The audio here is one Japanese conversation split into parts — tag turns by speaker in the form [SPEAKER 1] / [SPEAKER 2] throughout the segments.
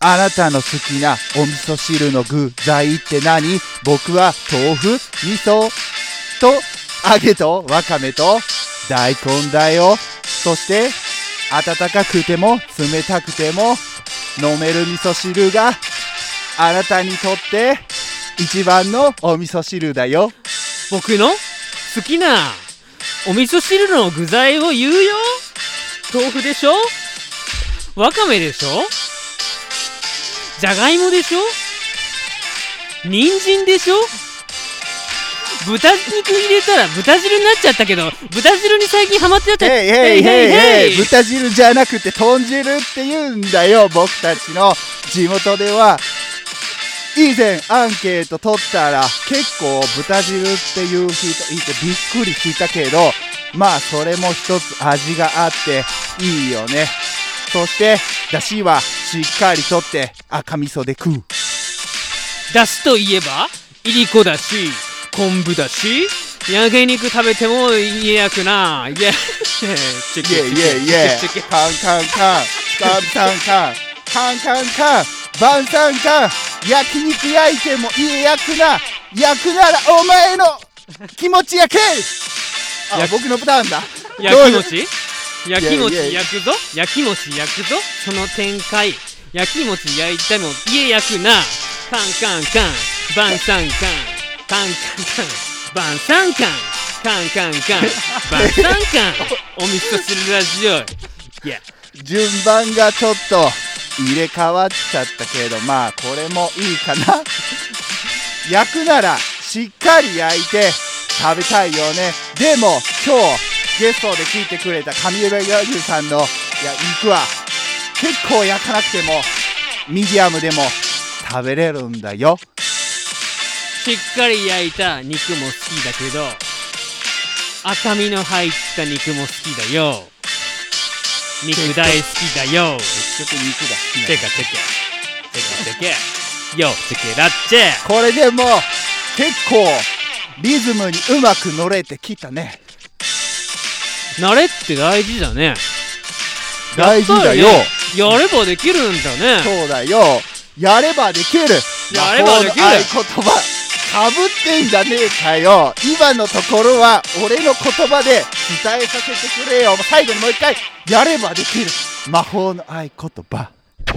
[SPEAKER 1] あなたの好きなお味噌汁の具材って何？僕は豆腐、味噌と揚げとわかめと大根だよ。そして温かくても冷たくても飲める味噌汁があなたにとって一番のお味噌汁だよ。
[SPEAKER 2] 僕の好きなお味噌汁の具材を言うよ。豆腐でしょ、わかめでしょ、じゃがいもでしょ、人参でしょ。豚肉入れたら豚汁になっちゃったけど、豚汁に最近ハマってやった
[SPEAKER 1] へい豚汁じゃなくて豚汁って言うんだよ。僕たちの地元では以前アンケート取ったら結構豚汁っていう人いてびっくりしたけど、まあそれも一つ味があっていいよね。そして出汁はしっかりとって赤味噌で食う。
[SPEAKER 2] 出汁といえばいりこだし、昆布だし、焼き肉食べても家焼くな。イエイチェケ
[SPEAKER 1] カンカンカンカンカンカンカンカンカン晩餐カン焼肉焼いても家焼くな。焼くならお前の気持ち焼け。あ、僕のパターンだ。
[SPEAKER 2] 焼き餅焼くぞ、焼き餅焼くぞ、その展開。焼き餅焼いても家焼くな。カンカンカン晩餐カンカンカンカン晩餐カンカンカンカン晩餐カンお味噌汁ラジオ。
[SPEAKER 1] 順番がちょっと入れ替わっちゃったけど、まあこれもいいかな。焼くならしっかり焼いて食べたいよね。でも今日ゲストで聞いてくれた上浦和牛さんの肉は結構焼かなくてもミディアムでも食べれるんだよ。
[SPEAKER 2] しっかり焼いた肉も好きだけど、赤身の入った肉も好きだよ。肉大好きだよ。
[SPEAKER 1] 結局肉が好きなの。
[SPEAKER 2] チェケよチェケラッチェ。
[SPEAKER 1] これでも結構リズムにうまく乗れてきたね。
[SPEAKER 2] 慣れって大事だね。
[SPEAKER 1] 大事だよ。
[SPEAKER 2] やればできるんだね。
[SPEAKER 1] そうだよ。やればできる。
[SPEAKER 2] やればできる。
[SPEAKER 1] 合言葉かぶってんじゃねえかよ。今のところは俺の言葉で伝えさせてくれよ。最後にもう一回。やればできる魔法の合言葉。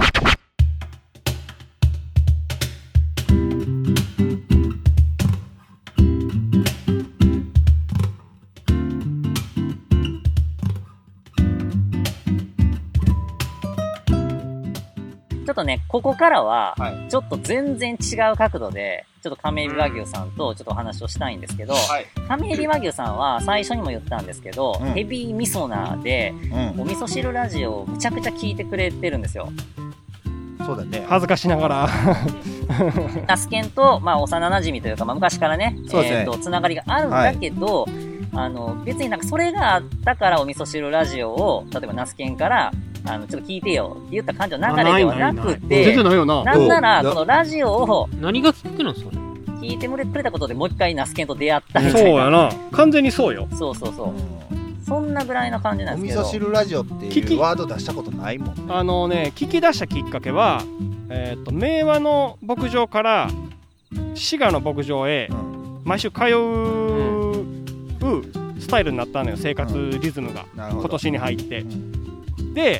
[SPEAKER 3] ちょっとね、ここからは、ちょっと全然違う角度で、ちょっと亀エビ和牛さんとちょっとお話をしたいんですけど、亀エビ和牛さんは最初にも言ったんですけど、ヘビー味噌ナーで、お味噌汁ラジオをむちゃくちゃ聞いてくれてるんですよ。
[SPEAKER 4] そうだね。
[SPEAKER 5] 恥ずかしながら。
[SPEAKER 3] ナスケンと、まあ、幼馴染というか、まあ、昔からね、つながりがあるんだけど、別になんかそれがあったからお味噌汁ラジオを、例えばナスケンから、ちょっと聞いてよって言った感じの流れではなくて、なんなら、このラジオを、
[SPEAKER 2] 何がきっかけなんですかね。
[SPEAKER 3] 聞いてくれたことでもう一回ナスケンと出会ったみたいな。
[SPEAKER 5] そうやな。完全にそうよ。
[SPEAKER 3] そう。そんなぐらいの感じなんですけど。
[SPEAKER 4] お味噌汁ラジオっていうワード出したことないもん。
[SPEAKER 5] 聞き出したきっかけは、明和の牧場から滋賀の牧場へ毎週通うスタイルになったのよ、生活リズムが。今年に入って。で、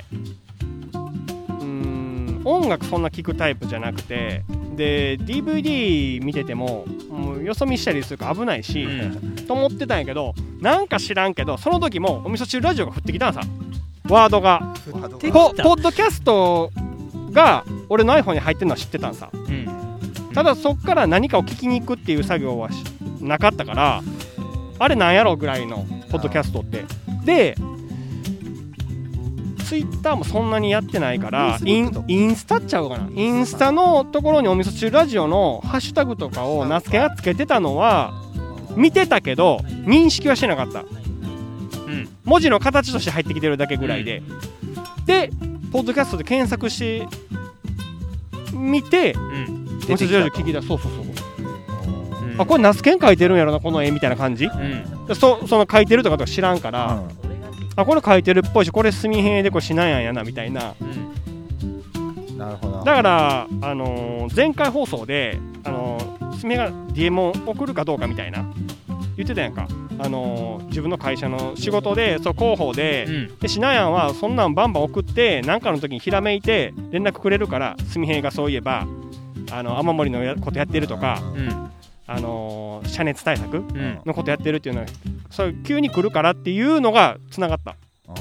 [SPEAKER 5] 音楽そんな聴くタイプじゃなくて、で DVD 見ててもよそ見したりするから危ないし、と思ってたんやけど、なんか知らんけどその時もお味噌汁ラジオが降ってきたんさ、ワードが。ポッドキャストが俺の iPhone に入ってるのは知ってたんさ、ただそっから何かを聞きに行くっていう作業はなかったから、あれなんやろぐらいのポッドキャストって。でツイッターもそんなにやってないからインスタっちゃうかな、インスタのところにお味噌汁ラジオのハッシュタグとかをナスケがつけてたのは見てたけど認識はしてなかった、文字の形として入ってきてるだけぐらいで、でポッドキャストで検索して見て、お味噌汁ラジオ聞きだ。そう、あ、これナスケン描いてるんやろなこの絵みたいな感じ、その描いてるとか知らんから、あ、これ描いてるっぽいし、これ墨へでこれしなんやんやなみたいな、
[SPEAKER 1] なるほど。
[SPEAKER 5] だから、前回放送で、すみへが DM を送るかどうかみたいな言ってたやんか。自分の会社の仕事でそう広報で、でしなやんはそんなんバンバン送って何かの時にひらめいて連絡くれるから、すみへがそういえば雨漏りのことやってるとか、遮熱対策のことやってるっていうのは、そう急に来るからっていうのがつながった。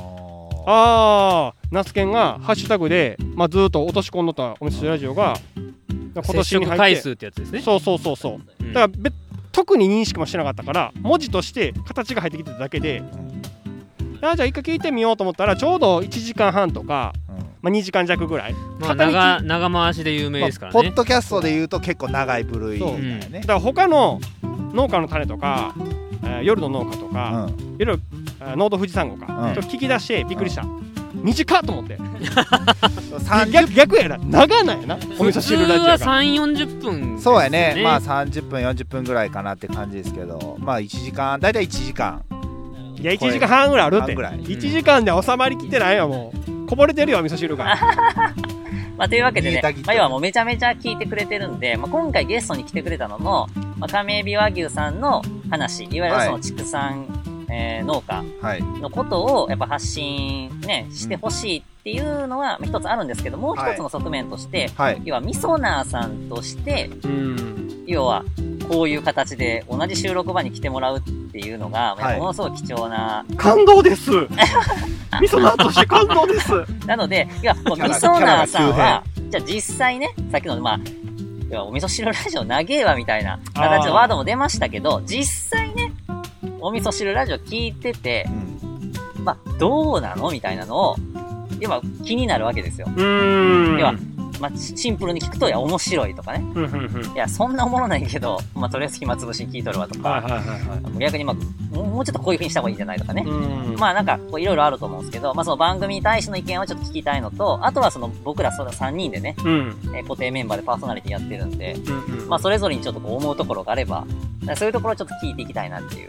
[SPEAKER 5] ナスケンがハッシュタグで、ずっと落とし込んどったおみそ汁ラジオが今年に入って
[SPEAKER 2] 接触回数ってやつですね。
[SPEAKER 5] そう、だから特に認識もしてなかったから、文字として形が入ってきてただけで、じゃあ一回聞いてみようと思ったら、ちょうど1時間半とか、2時間弱ぐらい、
[SPEAKER 2] 長回しで有名ですからね。
[SPEAKER 1] ポッドキャストでいうと結構長い部類だよね。
[SPEAKER 5] だから他の農家の種とか、夜の農家とか、いろいろ農道富士山号か、と聞き出してびっくりした。短っと思って逆やな、長ないやな、お味噌汁ラジオが。
[SPEAKER 2] 普通は3、40分、
[SPEAKER 1] そうやね。30分40分ぐらいかなって感じですけど、1時間、だいたい1時間、
[SPEAKER 5] いや1時間半ぐらいあるって。1時間で収まりきってないよ。もうこぼれてるよ、味噌汁が。
[SPEAKER 3] というわけでね、要はもうめちゃめちゃ聞いてくれてるんで、今回ゲストに来てくれたのも、亀エビ和牛さんの話、いわゆるその畜産、農家のことをやっぱ発信ね、してほしいっていうのは一つあるんですけど、もう一つの側面として、要はみそなーさんとして、要はこういう形で同じ収録場に来てもらうっていうのが、ものすごい貴重な。
[SPEAKER 5] 感動ですみそなーとして感動です
[SPEAKER 3] なので、みそなーさんは、じゃあ実際ね、さっきの要はお味噌汁ラジオ長えわみたいな形のワードも出ましたけど、実際ね、お味噌汁ラジオ聞いてて、どうなのみたいなのを、要は気になるわけですよ。要は、シンプルに聞くと、いや、面白いとかね。いや、そんなおもろないけど、とりあえず暇つぶしに聞いとるわとか、逆にもうちょっとこういう風にした方がいいんじゃないとかね。なんか、いろいろあると思うんですけど、その番組に対しての意見はちょっと聞きたいのと、あとは僕ら3人でね、固定メンバーでパーソナリティやってるんで、それぞれにちょっと思うところがあれば、そういうところをちょっと聞いていきたいなっていう。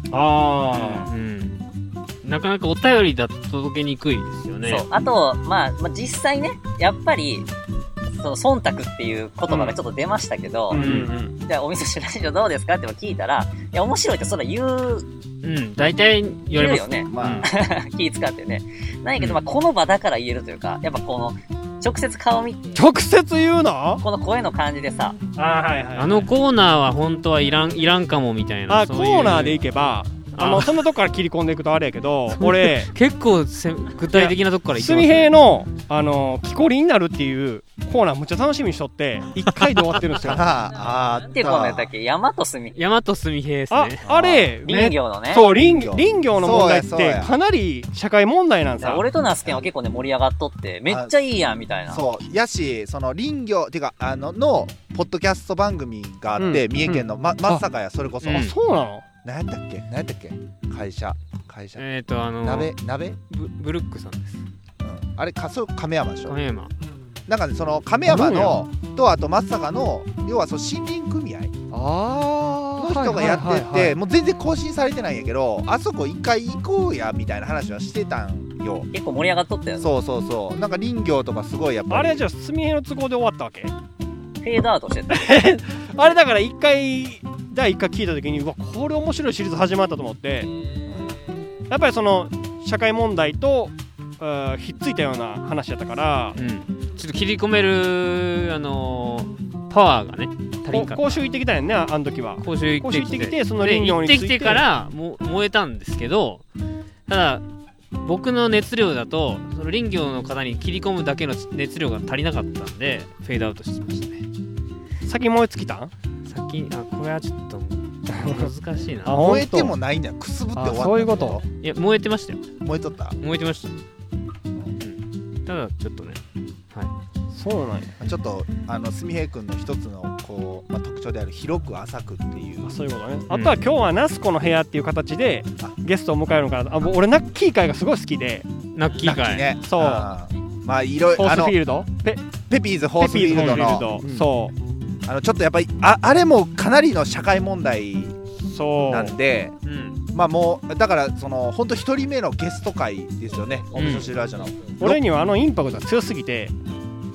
[SPEAKER 2] なかなかお便りだと届けにくいですよね。
[SPEAKER 3] そう。あと、実際ね、やっぱり、忖度っていう言葉がちょっと出ましたけど、じゃあお味噌汁ラジオどうですかって聞いたら、いや、面白いってそれ言う。
[SPEAKER 2] 大体言われます
[SPEAKER 3] よね。気使ってね。ないけど、この場だから言えるというか、やっぱこの、直接顔見て。
[SPEAKER 5] 直接言うの？
[SPEAKER 3] この声の感じでさ。
[SPEAKER 2] あのコーナーは本当はいらんかもみたいな。
[SPEAKER 5] コーナーでいけば、そんなとこから切り込んでいくとあれやけど、俺
[SPEAKER 2] 結構具体的なとこからいきます
[SPEAKER 5] ね。すみへいの木こりになるっていうコーナーむっちゃ楽しみにしとって1回で終わってるんですよ。
[SPEAKER 3] っていうコーナーやったっけ？大和すみへい
[SPEAKER 2] ですね。
[SPEAKER 5] あれ
[SPEAKER 3] 林業のね。
[SPEAKER 5] そう林業の問題ってかなり社会問題なんさ。
[SPEAKER 3] 俺とナスケンは結構ね盛り上がっとってめっちゃいいやんみたいな。
[SPEAKER 1] そうやし、その林業っていうかのポッドキャスト番組があって、三重県の松阪や、それこそ。
[SPEAKER 5] そうなの？
[SPEAKER 1] 何やったっけ会社
[SPEAKER 2] 鍋ブルックさんです。
[SPEAKER 1] あれそう亀山でしょ。
[SPEAKER 2] 亀山
[SPEAKER 1] なんかね、その亀山のと、あと松阪の、要は森林組合の人がやってて、もう全然更新されてないんやけど、あそこ一回行こうやみたいな話はしてたんよ。
[SPEAKER 3] 結構盛り上がっとったよね。
[SPEAKER 1] そうなんか林業とかすごいやっぱり。
[SPEAKER 5] あれじゃあすみへいの都合で終わったわけ？
[SPEAKER 3] フェードアウトしてた
[SPEAKER 5] あれだから第1回聞いた時に、うわこれ面白いシリーズ始まったと思って、やっぱりその社会問題とひっついたような話だったから、
[SPEAKER 2] ちょっと切り込めるパワーがね足りんかった。
[SPEAKER 5] 講習行ってきたよね、あの時は。講習行ってきて、その林業について
[SPEAKER 2] 行ってきてから燃えたんですけど、ただ僕の熱量だとその林業の方に切り込むだけの熱量が足りなかったんでフェードアウトしましたね。
[SPEAKER 5] 先燃え尽きたん？
[SPEAKER 2] これはちょっと難しいな。
[SPEAKER 1] 燃えてもないんだよ、くすぶって終わった。
[SPEAKER 5] そういうこと？
[SPEAKER 2] いや燃えてましたよ。
[SPEAKER 1] 燃えとった？
[SPEAKER 2] 燃えてました、ただちょっとね、
[SPEAKER 5] そうなんや。
[SPEAKER 1] ちょっとすみへい君の一つのこう、特徴である広く浅くっていう。
[SPEAKER 5] そういうことね。あとは今日はナスコの部屋っていう形でゲストを迎えるのかな。俺ナッキー会がすごい好きで。
[SPEAKER 2] ナッキー会
[SPEAKER 1] ね。
[SPEAKER 5] そう。
[SPEAKER 1] いろいろ
[SPEAKER 5] ホースフィールド？
[SPEAKER 1] ペピーズホースフィールドの。
[SPEAKER 5] そう。
[SPEAKER 1] ちょっとやっぱりあれもかなりの社会問題なんで、もうだから本当一人目のゲスト会ですよね、お味噌汁ラジオの。
[SPEAKER 5] 俺にはインパクトが強すぎて、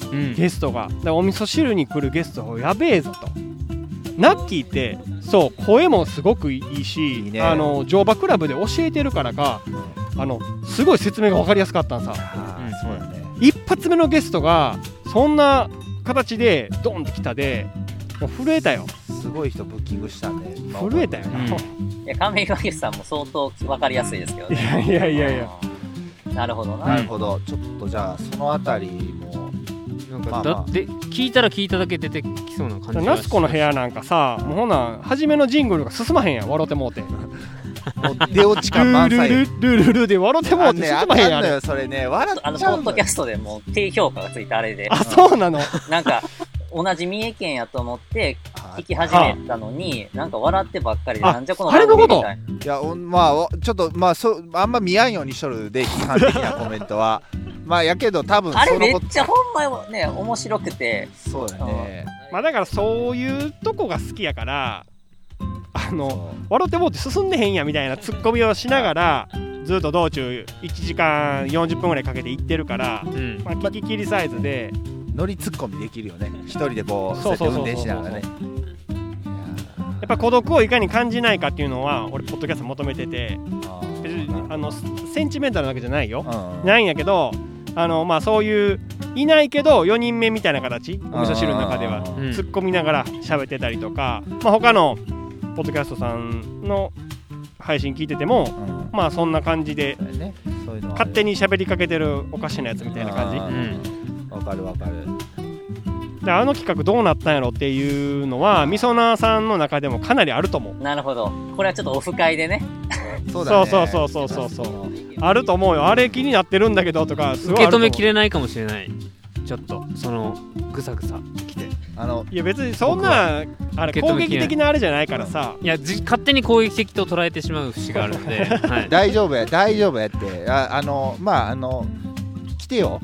[SPEAKER 5] ゲストが。だからお味噌汁に来るゲストやべえぞと。ナッキーってそう声もすごくいいし、いいね、乗馬クラブで教えてるからか、すごい説明が分かりやすかったんさ。
[SPEAKER 1] そうだね。
[SPEAKER 5] 一発目のゲストがそんな形でドンってきたで、もう震えたよ。
[SPEAKER 1] すごい人ブッキングしたね。
[SPEAKER 5] 震えたよな。
[SPEAKER 3] いや、亀井和義さんも相当分かりやすいですけどね。
[SPEAKER 5] いや。
[SPEAKER 3] なるほどな。
[SPEAKER 1] なるほど。ちょっとじゃあそのあたりも
[SPEAKER 2] なんかだって聞いたら聞いただけ出てきそうな感じ。
[SPEAKER 5] ナスコの部屋なんかさ、もうほな初めのジングルが進まへんやん、笑ってもうて。
[SPEAKER 1] 出落ち感満載。
[SPEAKER 5] ルルで笑ってもうて進まへんやん。
[SPEAKER 1] ね、それね、笑っちゃうの。
[SPEAKER 3] ポッドキャストでも低評価がついたあれで。
[SPEAKER 5] あ、そうなの。
[SPEAKER 3] なんか同じ三重県やと思って聞き始めたのに、なんか笑ってばっかりで、なんじゃこの番組みたいな。
[SPEAKER 1] いや、まあちょっとまああんま見やんようにしとるで、批判的なコメントは。まあやけど多分
[SPEAKER 3] あれめっちゃほんまね面白くて。
[SPEAKER 1] そうだね。
[SPEAKER 5] まあだからそういうとこが好きやから、笑ってもうて進んでへんやみたいなツッコミをしながらずっと道中1時間40分ぐらいかけて行ってるから、まあ聞き切りサイズで
[SPEAKER 1] 乗りツッコミできるよね。一人でこうそうやって運転しながらね。
[SPEAKER 5] やっぱ孤独をいかに感じないかっていうのは俺ポッドキャスト求めてて、別にセンチメンタルなわけじゃないよ、ないんやけど、まあそういういないけど4人目みたいな形、お味噌汁の中では突っ込みながら喋ってたりとか、まあ他のポッドキャストさんの配信聞いてても、まあそんな感じで勝手に喋りかけてるおかしなやつみたいな感じ。
[SPEAKER 1] わかるわかる。
[SPEAKER 5] で企画どうなったんやろっていうのはみそなさんの中でもかなりあると思う。
[SPEAKER 3] なるほど。これはちょっとオフ会でね。
[SPEAKER 5] そうあると思うよ。あれ気になってるんだけどとか、すごい
[SPEAKER 2] 受け止めきれないかもしれない。ちょっとそのぐさぐさきて、
[SPEAKER 5] いや別にそんなあれ攻撃的なあれじゃないからさ、
[SPEAKER 2] いや勝手に攻撃的と捉えてしまう節があるんで、はい、
[SPEAKER 1] 大丈夫やってまあ来てよ、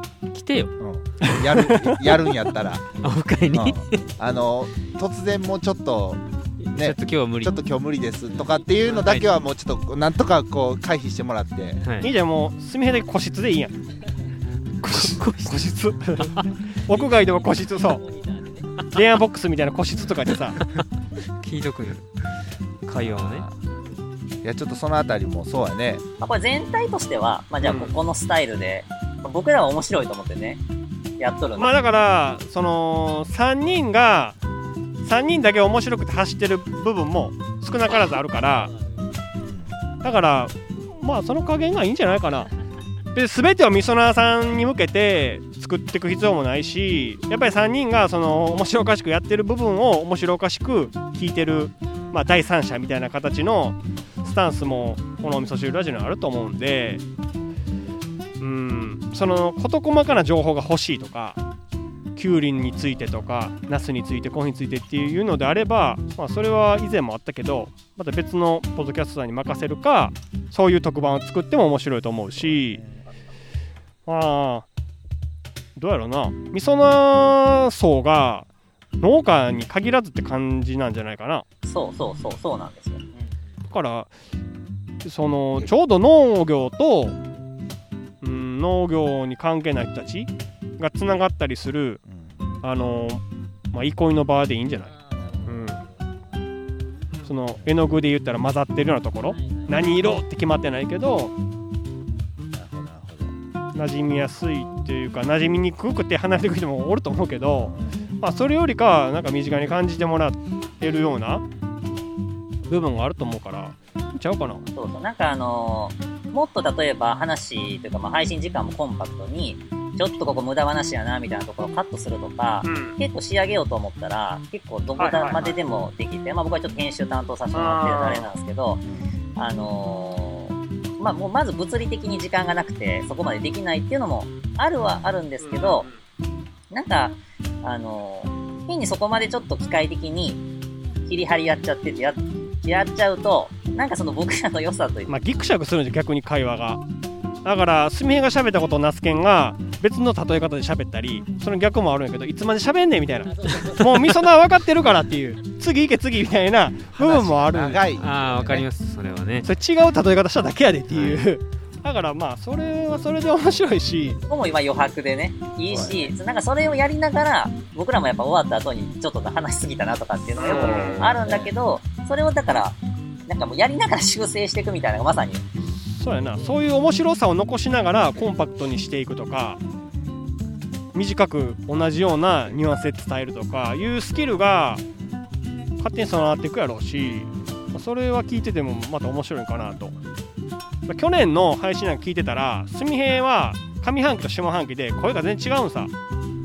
[SPEAKER 1] やるんやったら
[SPEAKER 2] オフ会に、
[SPEAKER 1] 突然もうちょっとね、
[SPEAKER 2] ちょっと今日は無理、
[SPEAKER 1] ちょっと今日無理ですとかっていうのだけはもうちょっとなんとかこう回避してもらって、
[SPEAKER 5] いいじゃん。もうすみへで個室でいいやん。個室屋外でも個室、そう電話ボックスみたいな個室とかでさ
[SPEAKER 2] 聞いとくよ会話をね。
[SPEAKER 1] いやちょっとそのあたりもそうやね。
[SPEAKER 3] これ全体としては、じゃあこのスタイルで、僕らは面白いと思ってねやっとるんで、
[SPEAKER 5] まあだからその3人だけ面白くて走ってる部分も少なからずあるから、だからまあその加減がいいんじゃないかな。で全てをみそなさんに向けて作っていく必要もないし、やっぱり3人がその面白おかしくやってる部分を面白おかしく聞いてる、まあ、第三者みたいな形のスタンスもこのお味噌汁ラジオにあると思うんで、その事細かな情報が欲しいとか、キュウリについてとかナスについてコーヒーについてっていうのであれば、まあ、それは以前もあったけどまた別のポッドキャストさんに任せるか、そういう特番を作っても面白いと思うし、まあどうやろうな、みそな層が農家に限らずって感じなんじゃないかな。
[SPEAKER 3] そうなんですよ。
[SPEAKER 5] だからそのちょうど農業と、農業に関係ない人たちがつながったりする、まあ、憩いの場でいいんじゃない。その絵の具で言ったら混ざってるようなところ、何色って決まってないけど馴染みやすいっていうか馴染みにくくて離れてくる人もおると思うけど、まあ、それよりかはなんか身近に感じてもらってるような部分があると思うからいいんちゃうかな。
[SPEAKER 3] そうなんかもっと例えば話というか、まあ、配信時間もコンパクトにちょっとここ無駄話やなみたいなところをカットするとか、結構仕上げようと思ったら結構どこまででもできて、まあ僕はちょっと編集担当させてもらってるあれなんですけど、まあもうまず物理的に時間がなくてそこまでできないっていうのもあるんですけど、なんか変にそこまでちょっと機械的に切り張りやっちゃっててやっちゃうと、なんかその僕らの良さというか、
[SPEAKER 5] まあギクシャクするんですよ逆に会話が。だからすみへが喋ったことをナスケンが別の例え方で喋ったり、その逆もあるんやけど、いつまで喋んねんみたいなもうみそな分かってるからっていう次行け次みたいな部分もある。
[SPEAKER 2] わかります。それはね、
[SPEAKER 5] それ違う例え方しただけやでっていうだからまあそれはそれで面白いし、
[SPEAKER 3] 僕も今余白でねいいし、なんかそれをやりながら僕らもやっぱ終わった後にちょっと話しすぎたなとかっていうのがよくあるんだけど、それをだからなんかもうやりながら修正していくみたいなのがまさに
[SPEAKER 5] そうやな、そういう面白さを残しながらコンパクトにしていくとか、短く同じようなニュアンスで伝えるとかいうスキルが勝手に備わっていくやろうし、それは聞いててもまた面白いかなと。去年の配信なんか聞いてたら、すみへいは上半期と下半期で声が全然違うんさ。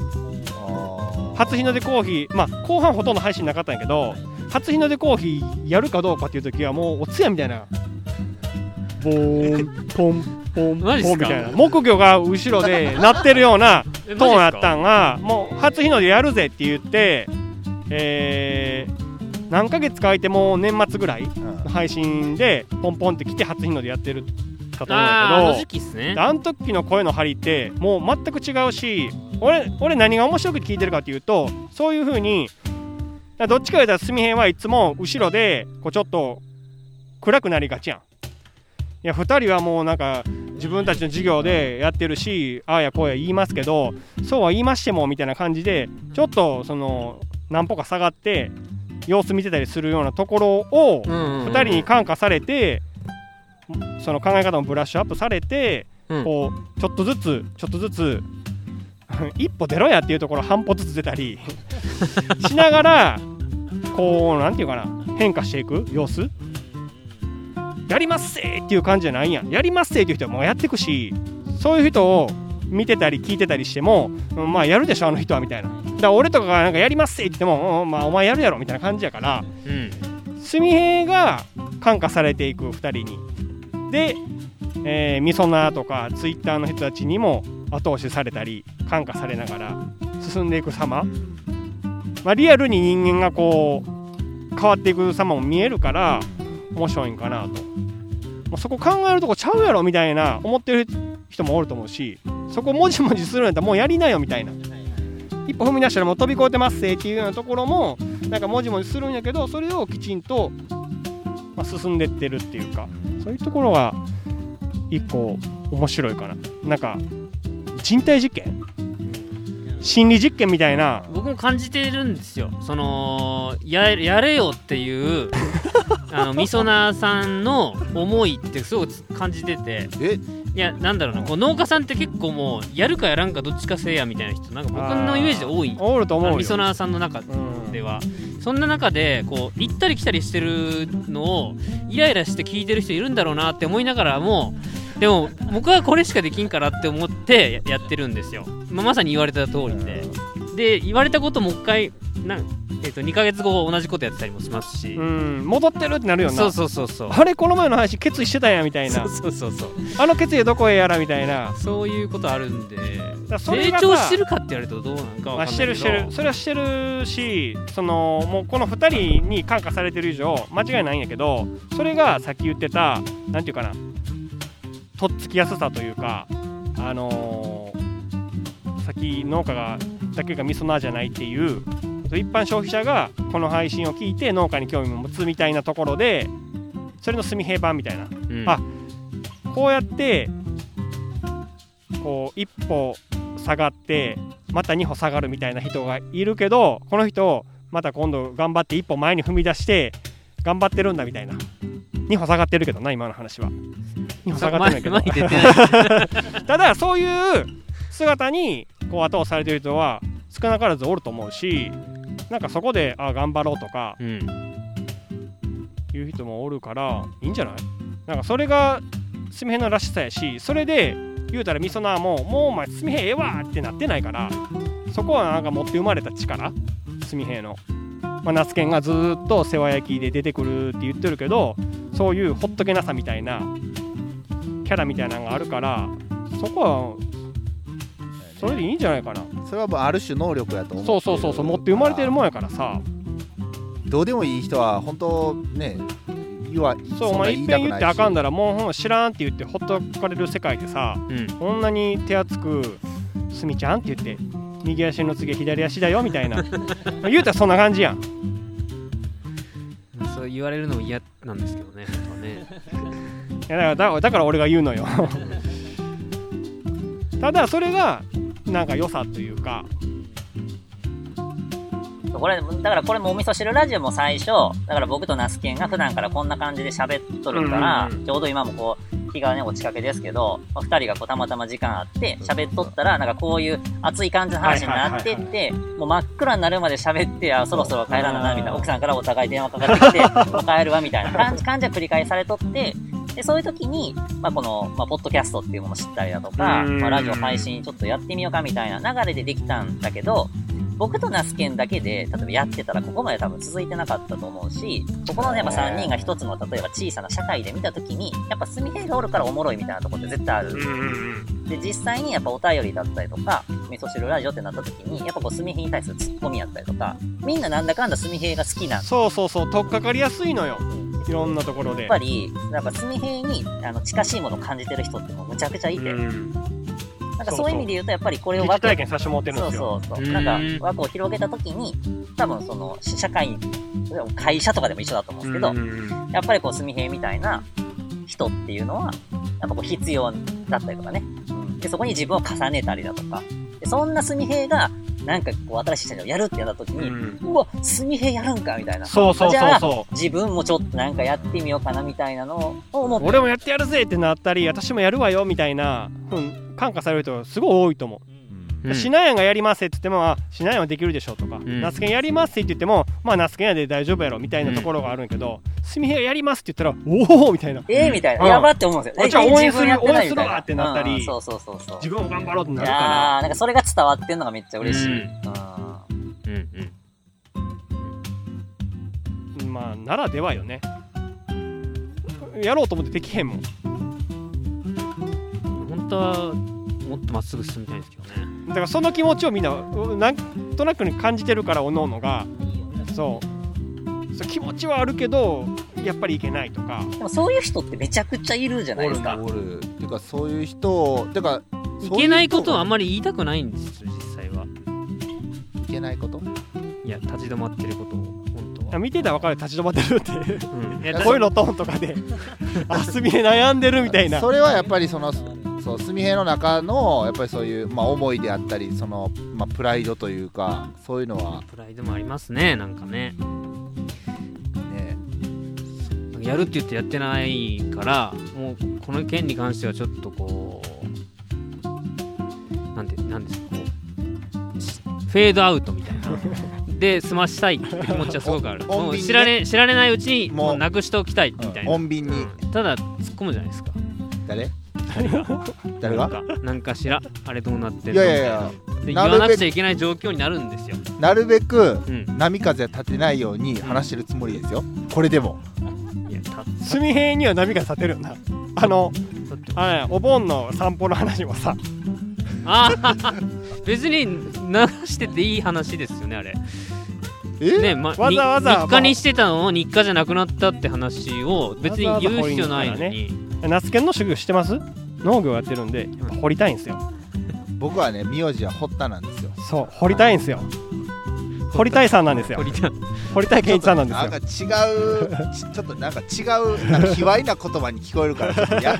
[SPEAKER 5] 初日の出コーヒー、まあ後半ほとんど配信なかったんやけど、初日の出コーヒーやるかどうかっていう時はもうおつやみたいなボーンポンポンポンみたいな木魚が後ろで鳴ってるようなトーンやったんが、もう初日の出やるぜって言って、何ヶ月か空いても年末ぐらいの配信でポンポンって来て初日の出やってるかと思うんやけど、
[SPEAKER 2] あの時期っすね。
[SPEAKER 5] あの時の声の張りってもう全く違うし、俺何が面白く聞いてるかっていうと、そういう風にどっちか言うたらすみへんはいつも後ろでこうちょっと暗くなりがちやん。いや2人はもうなんか自分たちの授業でやってるし、ああやこうや言いますけど、そうは言いましてもみたいな感じでちょっとその何歩か下がって様子見てたりするようなところを2人に感化されて、その考え方もブラッシュアップされて、こうちょっとずつ一歩出ろやっていうところ半歩ずつ出たりしながら、こうなんていうかな、変化していく様子。やりますせーっていう感じじゃないやん。やりますせーっていう人はもうやっていくし、そういう人を見てたり聞いてたりしても、まあやるでしょあの人はみたいな。だから俺とかがなんかやりますせーって言っても、まあお前やるやろみたいな感じやから、すみへいが感化されていく2人にで、みそなとかツイッターの人たちにも後押しされたり感化されながら進んでいく様、まあ、リアルに人間がこう変わっていく様も見えるから面白いんかなと。もうそこ考えるとこちゃうやろみたいな思ってる人もおると思うし、そこもじもじするんやったらもうやりなよみたいな、一歩踏み出したらもう飛び越えてますっていうようなところもなんかもじもじするんやけど、それをきちんと、まあ、進んでってるっていうか、そういうところが一個面白いかな。なんか人体実験、心理実験みたいな
[SPEAKER 2] 僕も感じてるんですよ。そのやれよっていうみそなさんの思いってすごく感じてて、いやなんだろうな、こう農家さんって結構もうやるかやらんかどっちかせいやみたいな人なんか僕のイメージで多い。
[SPEAKER 5] おると思うよ。
[SPEAKER 2] みそなさんの中では、そんな中でこう行ったり来たりしてるのをイライラして聞いてる人いるんだろうなって思いながらも、でも僕はこれしかできんからって思ってやってるんですよ。まさに言われた通りで言われたこともう一回2ヶ月後同じことやってたりもしますし、
[SPEAKER 5] 戻ってるってなるよな。
[SPEAKER 2] そう
[SPEAKER 5] あれこの前の話決意してたんやみたいな、
[SPEAKER 2] そう
[SPEAKER 5] あの決意どこへやらみたいな、
[SPEAKER 2] そういうことあるんで、
[SPEAKER 5] それが
[SPEAKER 2] 成長してるかって言われるとどうなんかわかんないけど、
[SPEAKER 5] してるそれはしてるし、そのもうこの2人に感化されてる以上間違いないんやけど、それがさっき言ってたなんていうかな、とっつきやすさというか、さっき農家がだけがみそなじゃないっていう一般消費者がこの配信を聞いて農家に興味を持つみたいなところで、それの住平版みたいな、あ、こうやってこう一歩下がってまた2歩下がるみたいな人がいるけど、この人また今度頑張って一歩前に踏み出して頑張ってるんだみたいな。2歩下がってるけどな、今の話は2歩下がってないけどただそういう姿にこう後押されてる人は少なからずおると思うし、なんかそこで頑張ろうとかいう人もおるからいいんじゃない。なんかそれがすみへんのらしさやし、それで言うたらみそなももうお前すみへんええわってなってないから、そこはなんか持って生まれた力、すみへんの、ナスケンがずっと世話焼きで出てくるって言ってるけど、そういうほっとけなさみたいなキャラみたいなのがあるから、そこはそれでいいんじゃないかな。
[SPEAKER 1] それはもうある種能力やと思う。
[SPEAKER 5] そう持って生まれてるもんやからさ。
[SPEAKER 1] どうでもいい人は本当ね、
[SPEAKER 5] そう、お前いっぺん言ってあかんだらもう知らんって言ってほっとかれる世界でさ、こんなに手厚くすみちゃんって言って右足の次は左足だよみたいな言うたらそんな感じやん。
[SPEAKER 2] そう言われるのも嫌なんですけどね、本当はね
[SPEAKER 5] やだから俺が言うのよただそれがなんか良さというか、
[SPEAKER 3] これだからこれもお味噌汁ラジオも最初だから僕とナスケンが普段からこんな感じで喋っとるから、ちょうど今もこう日がね落ちかけですけど、二人がこうたまたま時間あって喋っとったらなんかこういう熱い感じの話になってって、もう真っ暗になるまで喋って、そろそろ帰らななみたいな、奥さんからお互い電話かかってきてもう帰るわみたいな感じが繰り返されとって、でそういう時にこのポッドキャストっていうものを知ったりだとか、ラジオ配信ちょっとやってみようかみたいな流れでできたんだけど、僕とナスケンだけで、例えばやってたらここまで多分続いてなかったと思うし、ここのやっぱ3人が一つの例えば小さな社会で見たときに、やっぱすみへいがおるからおもろいみたいなところって絶対ある。で、実際にやっぱお便りだったりとか、味噌汁ラジオってなったときに、やっぱこうすみへいに対するツッコミやったりとか、みんななんだかんだすみへいが好きなん。
[SPEAKER 5] そう、取っかかりやすいのよ。いろんなところで。
[SPEAKER 3] やっぱり、なんかすみへいに近しいものを感じてる人ってもうむちゃくちゃいて。なんかそういう意味で言うとやっぱりこれを
[SPEAKER 5] 実体験させてもらってるんですよ。
[SPEAKER 3] そうなんか枠を広げたときに多分その社会会社とかでも一緒だと思うんですけど、やっぱりこうすみへいみたいな人っていうのはやっぱこう必要だったりとかね。でそこに自分を重ねたりだとか、でそんなすみへいがなんかこう新しい社長をやるってやったときに、うわすみへいやるんかみたいな。
[SPEAKER 5] そう
[SPEAKER 3] じゃあ自分もちょっとなんかやってみようかなみたいなのを思って、
[SPEAKER 5] 俺もやってやるぜってなったり、私もやるわよみたいな感化される人すごい多いと思う。シナヤンがやりますって言っても、シナヤンはできるでしょとか、ナスケンやりますって言っても、ナスケンやで大丈夫やろみたいなところがあるんやけど、すみへいがやりますって言ったら、おおみたいな。
[SPEAKER 3] みたいな。やばって思うんですよ。
[SPEAKER 5] じゃあ応援するわってなったり、
[SPEAKER 3] そう。
[SPEAKER 5] 自分も頑張ろうってなるから。
[SPEAKER 3] なんかそれが伝わってんのがめっちゃ嬉しい。
[SPEAKER 5] ならではよね。やろうと思ってできへんもん。
[SPEAKER 2] 本当はもっとまっすぐ進みたいんですけどね。
[SPEAKER 5] だからその気持ちをみんななんとなくに感じてるから、おのおのがそう気持ちはあるけどやっぱりいけないとか。
[SPEAKER 3] でもそういう人ってめちゃくちゃいるじゃないですか。
[SPEAKER 4] おるてかそういう人てか
[SPEAKER 2] いけないことはあんまり言いたくないんですよ実際は。
[SPEAKER 4] いけないこと？
[SPEAKER 2] いや立ち止まってることを本当は
[SPEAKER 5] 見てたら分かる。立ち止まってるって、声のトーンとかですみへ悩んでるみたいな。
[SPEAKER 4] それはやっぱりそうすみへの中のやっぱりそういう、思いであったりプライドというか、そういうのは
[SPEAKER 2] プライドもありますね。なんかねやるって言ってやってないから、もうこの件に関してはちょっとこうなんですか、こうフェードアウトみたいなで済ましたいって気持ちはすごくある。もう知られないうちにもうなくしておきたいみたいな。
[SPEAKER 4] 穏便に、
[SPEAKER 2] ただ突っ込むじゃないですか。
[SPEAKER 4] 誰が
[SPEAKER 2] なんかしらあれどうなってん
[SPEAKER 4] の
[SPEAKER 2] みたいな。で言わなくちゃいけない状況になるんですよ。
[SPEAKER 4] なるべく波風立てないように話してるつもりですよ、これでも。
[SPEAKER 5] すみへいには波が立てるよな。お盆の散歩の話もさ、
[SPEAKER 2] 別に流してていい話ですよねあれ。
[SPEAKER 5] わざわざ
[SPEAKER 2] 日課にしてたのを日課じゃなくなったって話を別に言う必要ないのに。
[SPEAKER 5] ナスケンの職業知ってます？農業やってるんで掘りたいんですよ。
[SPEAKER 4] 僕はね名字は堀田なんですよ。
[SPEAKER 5] そう掘りたいんですよ。堀田さんなんですよ。堀田健一さんなんですよ。
[SPEAKER 4] なんかちょっとなんか違うなんか卑猥な言葉に聞こえるからや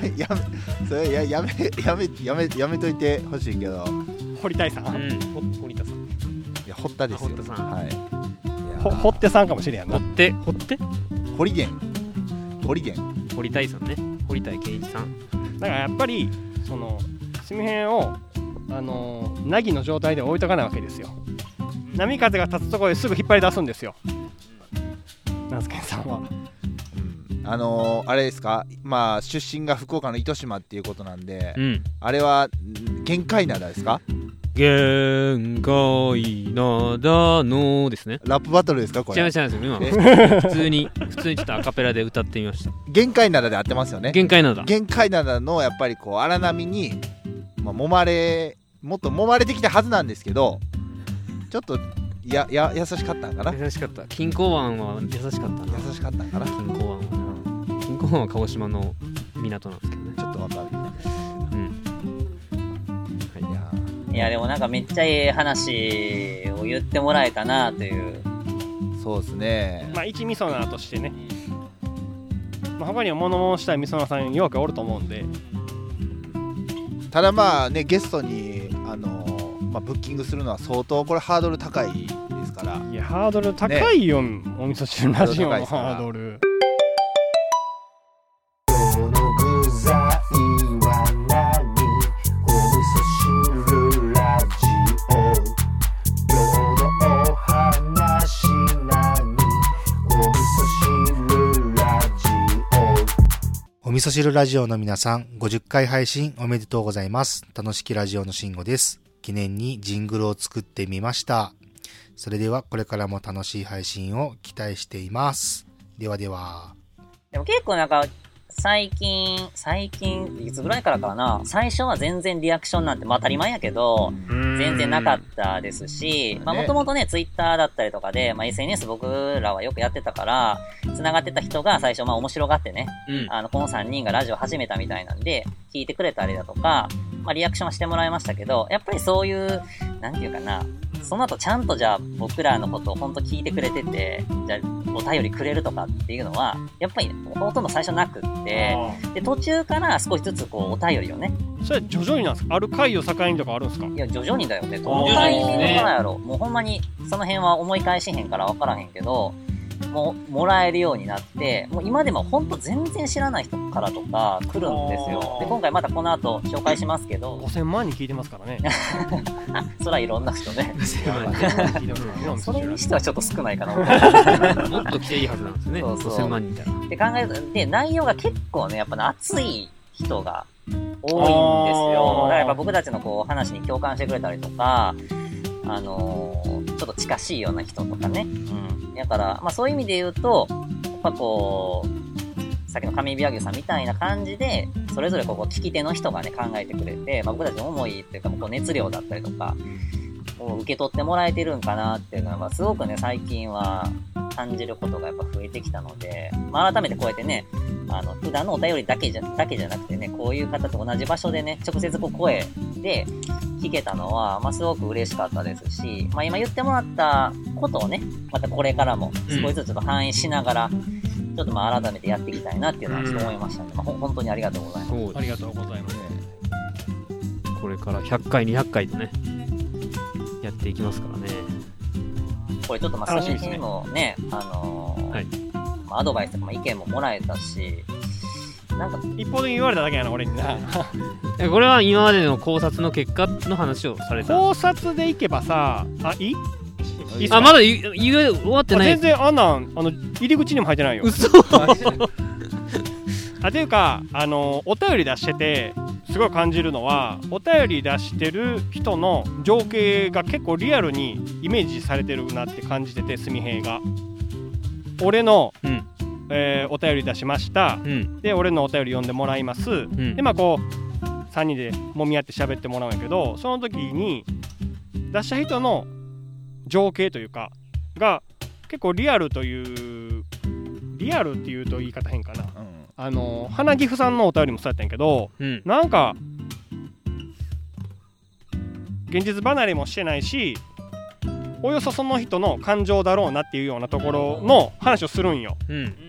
[SPEAKER 4] めといてほしいけど。
[SPEAKER 5] 堀田さん。
[SPEAKER 2] 堀田さん。
[SPEAKER 4] いや堀田ですよ。
[SPEAKER 2] 堀田さん。
[SPEAKER 4] はい。
[SPEAKER 5] 堀田さんかもしれんやな。
[SPEAKER 4] 堀源。
[SPEAKER 2] 堀田さんね。堀田健一さん。
[SPEAKER 5] だからやっぱりそのすみへんをなぎの状態で置いとかないわけですよ。波風が立つところですぐ引っ張り出すんですよ。ナスケンさんは。
[SPEAKER 4] あれですか、出身が福岡の糸島っていうことなんで、あれは限界灘ですか？
[SPEAKER 2] 限界灘のですね。
[SPEAKER 4] ラップバトルですかこれ？
[SPEAKER 2] 違います今普通にちょっとアカペラで歌ってみました。
[SPEAKER 4] 限界灘で合ってますよね。
[SPEAKER 2] 限界
[SPEAKER 4] 灘のやっぱりこう荒波に、もっと揉まれてきたはずなんですけど、ちょっと優しかったんかな。
[SPEAKER 2] 優しかった。錦江湾は優しかったな。
[SPEAKER 4] 優しかったんかな。
[SPEAKER 2] 錦江湾は鹿児島の港なんですけどね。
[SPEAKER 4] ちょっとわかる。
[SPEAKER 3] いやでもなんかめっちゃええ話を言ってもらえたなという。
[SPEAKER 4] そうですね。
[SPEAKER 5] 一味噌なとしてね。 他には物申したいみそなさんよくおると思うんで、
[SPEAKER 4] ただまあねゲストにブッキングするのは相当これハードル高いですから。
[SPEAKER 5] いやハードル高いよ、ね、お味噌汁ラジオのハードル。
[SPEAKER 6] お味噌汁ラジオの皆さん、50回配信おめでとうございます。楽しきラジオの慎吾です。記念にジングルを作ってみました。それではこれからも楽しい配信を期待しています。ではでは。
[SPEAKER 3] でも結構なんか、最近、いつぐらいからかな、最初は全然リアクションなんて、まあ当たり前やけど、全然なかったですし、まあもともとね、ツイッターだったりとかで、まあ SNS 僕らはよくやってたから、繋がってた人が最初まあ面白がってね、この3人がラジオ始めたみたいなんで、聞いてくれたりだとか、まあリアクションしてもらいましたけど、やっぱりそういう、なんていうかな、その後ちゃんとじゃあ僕らのことを本当聞いてくれてて、じゃあお便りくれるとかっていうのは、やっぱりほとんど最初なくって、で、途中から少しずつこうお便りをね。
[SPEAKER 5] それ徐々になんですか？ある回を境にとかあるんですか？
[SPEAKER 3] いや、徐々にだよね。どのタイミングからやろ。もうほんまにその辺は思い返しへんから分からへんけど、もらえるようになって、もう今でもほんと全然知らない人からとか来るんですよ。で、今回またこの後紹介しますけど。
[SPEAKER 5] 5000万人聞いてますからね。
[SPEAKER 3] あ、そらいろんな人ね。それにしてはちょっと少ないかな。
[SPEAKER 2] もっと来ていいはずなんですね。そうそう5000万人いたら。
[SPEAKER 3] って考えると、で、内容が結構ね、やっぱね、熱い人が多いんですよ。だからやっぱ僕たちのこう話に共感してくれたりとか、ちょっと近しいような人とかね。だから、まあそういう意味で言うと、やっぱこう、さっきの上指輪牛さんみたいな感じで、それぞれこう聞き手の人がね、考えてくれて、まあ僕たちの思いっていうか、こう熱量だったりとか、受け取ってもらえてるんかなっていうのは、すごくね、最近は感じることがやっぱ増えてきたので、まあ改めてこうやってね、普段のお便りだけじゃなくてね、こういう方と同じ場所でね、直接こう声で聞けたのは、まあすごく嬉しかったですし、まあ今言ってもらったことをね、またこれからも少しずつちょっと反映しながら、ちょっとまあ改めてやっていきたいなっていうのはちょっと思いましたので、まあ本当にありがとうございます。
[SPEAKER 5] ありがとうございます。
[SPEAKER 2] これから100回、200回とね、やっていきますからね。
[SPEAKER 3] これちょっとまあ、その辺にもね、
[SPEAKER 2] はい、
[SPEAKER 3] まあ、アドバイスとかも意見ももらえたし、なんか
[SPEAKER 5] 一方的に言われただけやな、俺にな。
[SPEAKER 2] これは今までの考察の結果の話をされた。
[SPEAKER 5] 考察でいけばさ、いい
[SPEAKER 2] あ、まだ終わってない。
[SPEAKER 5] 全然入り口にも入ってないよ。
[SPEAKER 2] 嘘。
[SPEAKER 5] ていうかお便り出しててすごい感じるのは、お便り出してる人の情景が結構リアルにイメージされてるなって感じてて、すみへいが俺の、お便り出しました、で俺のお便り読んでもらいます、でまあこう3人で揉み合って喋ってもらうんやけど、その時に出した人の情景というかが結構リアルっていうと言い方変かな、花岐阜さんのお便りもそうやったんやけど、なんか現実離れもしてないし、およそその人の感情だろうなっていうようなところの話をするんよ、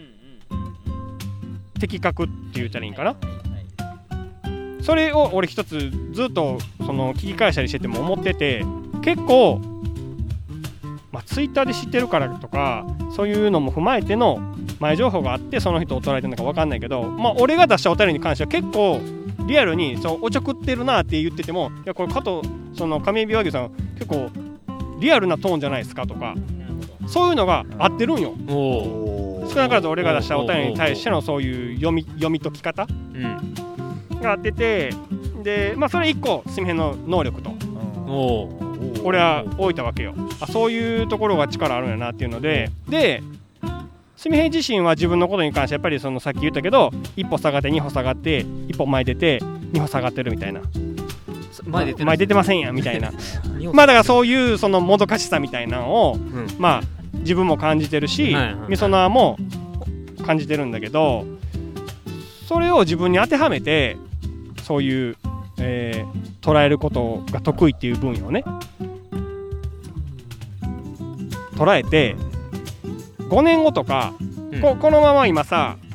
[SPEAKER 5] 的確って言ったらいいんかな。それを俺一つずっとその聞き返したりしてても思ってて、結構まあツイッターで知ってるからとかそういうのも踏まえての前情報があってその人を捉えてるのか分かんないけど、まあ俺が出したお便りに関しては結構リアルにおちょくってるなって言ってても、いやこれその上指輪牛さん結構リアルなトーンじゃないですかとか、そういうのが合ってるんよ。少なからず俺が出したお便りに対してのそういう読み解き方、が合ってて、でまあそれ一個すみへんの能力と、俺は置いたわけよ。そういうところが力あるんやなっていうので、すみへん自身は自分のことに関してやっぱりそのさっき言ったけど、一歩下がって2歩下がって一歩前出て2歩下がってるみたいな、前出てませんやみたいなまあだからそういうそのもどかしさみたいなのを、まあ自分も感じてるし、みそなも感じてるんだけど、それを自分に当てはめてそういう、捉えることが得意っていう分野をね捉えて、5年後とか、このまま今さ、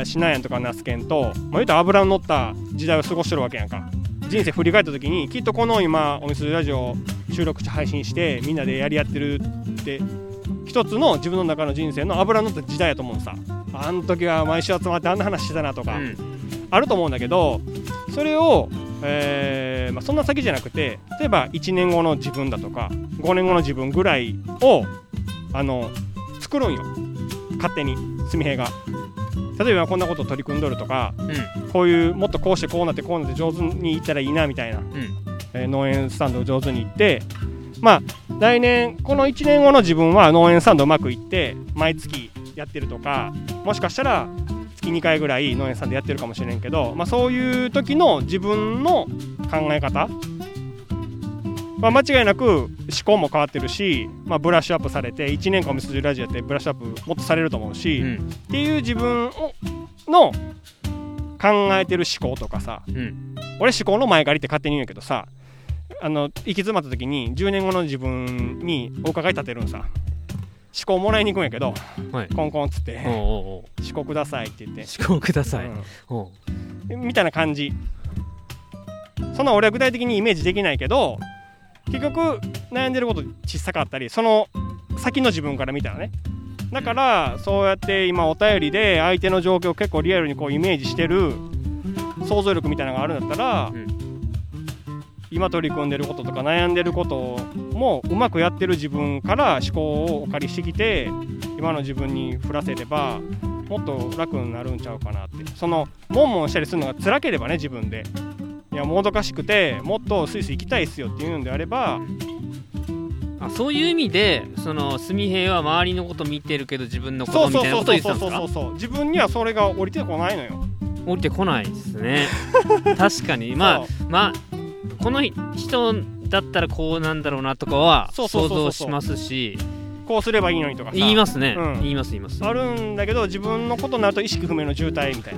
[SPEAKER 5] シナヤンとかナスケンと、言うたら油の乗った時代を過ごしてるわけやんか。人生振り返った時にきっとこの今おみそ汁ラジオ収録して配信してみんなでやり合ってるって一つの自分の中の人生の油の乗った時代やと思うさ。あの時は毎週集まってあんな話してたなとか、あると思うんだけど、それを、そんな先じゃなくて、例えば1年後の自分だとか5年後の自分ぐらいを作るんよ、勝手にすみへいが。例えばこんなこと取り組んどるとか、こういうもっとこうしてこうなってこうなって上手にいったらいいなみたいな、農園スタンドを上手にいって、来年この1年後の自分は農園スタンドうまくいって毎月やってるとか、もしかしたら月2回ぐらい農園スタンドやってるかもしれんけど、そういう時の自分の考え方、間違いなく思考も変わってるし、ブラッシュアップされて1年間おみそ汁ラジオやってブラッシュアップもっとされると思うし、っていう自分の考えてる思考とかさ、俺思考の前借りって勝手に言うんやけどさ、行き詰まった時に10年後の自分にお伺い立てるんさ。思考もらいに行くんやけど、コンコンっつって思考くださいって言って、
[SPEAKER 2] 思考ください、
[SPEAKER 5] みたいな感じ。そんな俺は具体的にイメージできないけど、結局悩んでること小さかったり、その先の自分から見たらね。だからそうやって今お便りで相手の状況を結構リアルにこうイメージしてる想像力みたいなのがあるんだったら、今取り組んでることとか悩んでることもうまくやってる自分から思考をお借りしてきて、今の自分に振らせればもっと楽になるんちゃうかなって。そのモンモンしたりするのが辛ければね、自分でいやもどかしくてもっとスイスイ行きたいっすよっていうんであれば、
[SPEAKER 2] そういう意味でそのすみへいは周りのこと見てるけど自分のことみたいなことを言ってたんですか？
[SPEAKER 5] そう自分にはそれが降りてこないのよ。
[SPEAKER 2] 降りてこないですね確かにこの人だったらこうなんだろうなとかは想像しますし、
[SPEAKER 5] こうすればいいのにとかさ
[SPEAKER 2] 言いますね、言います
[SPEAKER 5] あるんだけど、自分のことになると意識不明の渋滞みたいな、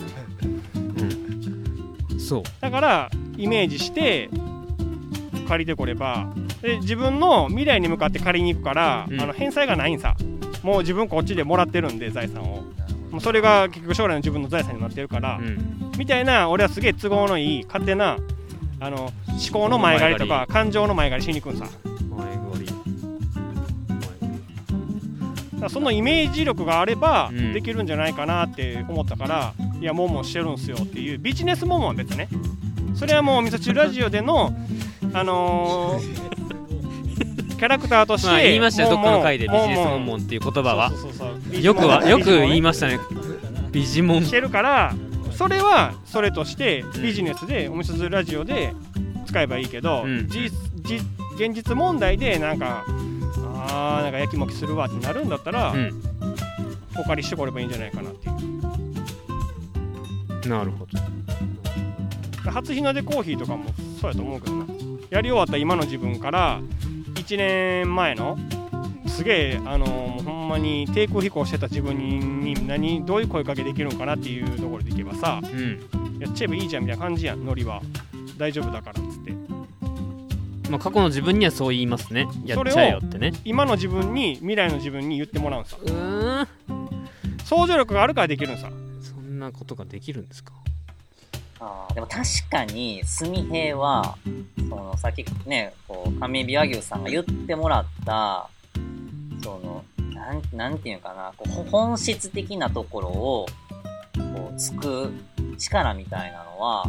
[SPEAKER 2] そう
[SPEAKER 5] だからイメージして借りてこれば、で自分の未来に向かって借りに行くから、返済がないんさ。もう自分こっちでもらってるんで財産を、もうそれが結局将来の自分の財産になってるから、みたいな、俺はすげえ都合のいい勝手な思考の前借りとか感情の前借りしに行くんさ。そのイメージ力があればできるんじゃないかなって思ったから、いやモンモンしてるんすよっていう。ビジネスモンモンは別ね、それはもうみそ汁ラジオでのキャラクターとして
[SPEAKER 2] 言いましたよ、どっかの回でビジネスモンモンっていう言葉はよく言いましたね。ビジモン
[SPEAKER 5] してるから、それはそれとしてビジネスでおみそ汁ラジオで使えばいいけど、現実問題でなんかやきもきするわってなるんだったら、お借りしてこればいいんじゃないかなっていう。
[SPEAKER 2] なるほど。
[SPEAKER 5] 初日の出コーヒーとかもそうやと思うけどな。やり終わった今の自分から1年前のすげえほんまに低空飛行してた自分にどういう声かけできるのかなっていうところでいけばさ、やっちゃえばいいじゃんみたいな感じやん。ノリは大丈夫だからっつって、
[SPEAKER 2] 過去の自分にはそう言いますね。やっちゃえよってね。
[SPEAKER 5] 今の自分に未来の自分に言ってもらうんさ。想像力があるからできるんさ。
[SPEAKER 2] そんなことができるんですか？
[SPEAKER 3] でも確かにすみへいはそのさっきねこう上美和牛さんが言ってもらったそのなんていうかな、こう本質的なところをこうつく力みたいなのは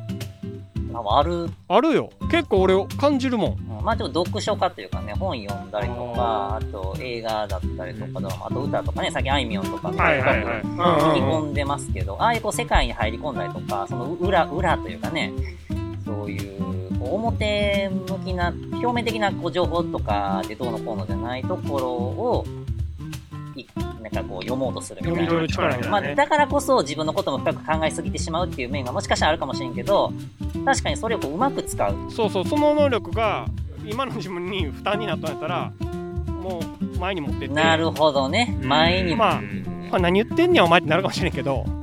[SPEAKER 3] ある
[SPEAKER 5] よ。結構俺感じるもん。
[SPEAKER 3] ちょっと読書家というかね、本読んだりとか、あと映画だったりとか、あと歌とかね、さっきあいみょんとか聞き込んでますけど、ああいうこう世界に入り込んだりとか、その裏というかね、そういうこう表向きな表面的なこう情報とかでどうのこうのじゃないところをなんかこう読もうとするみたいな。
[SPEAKER 5] 読み取る力みたいなね。
[SPEAKER 3] だからこそ自分のことも深く考えすぎてしまうっていう面がもしかしたらあるかもしれんけど、確かにそれをこううまく使う。
[SPEAKER 5] その能力が今の自分に負担になったんやったらもう前に持ってって。
[SPEAKER 3] なるほどね。前に
[SPEAKER 5] 何言ってんねんお前ってなるかもしれんけど、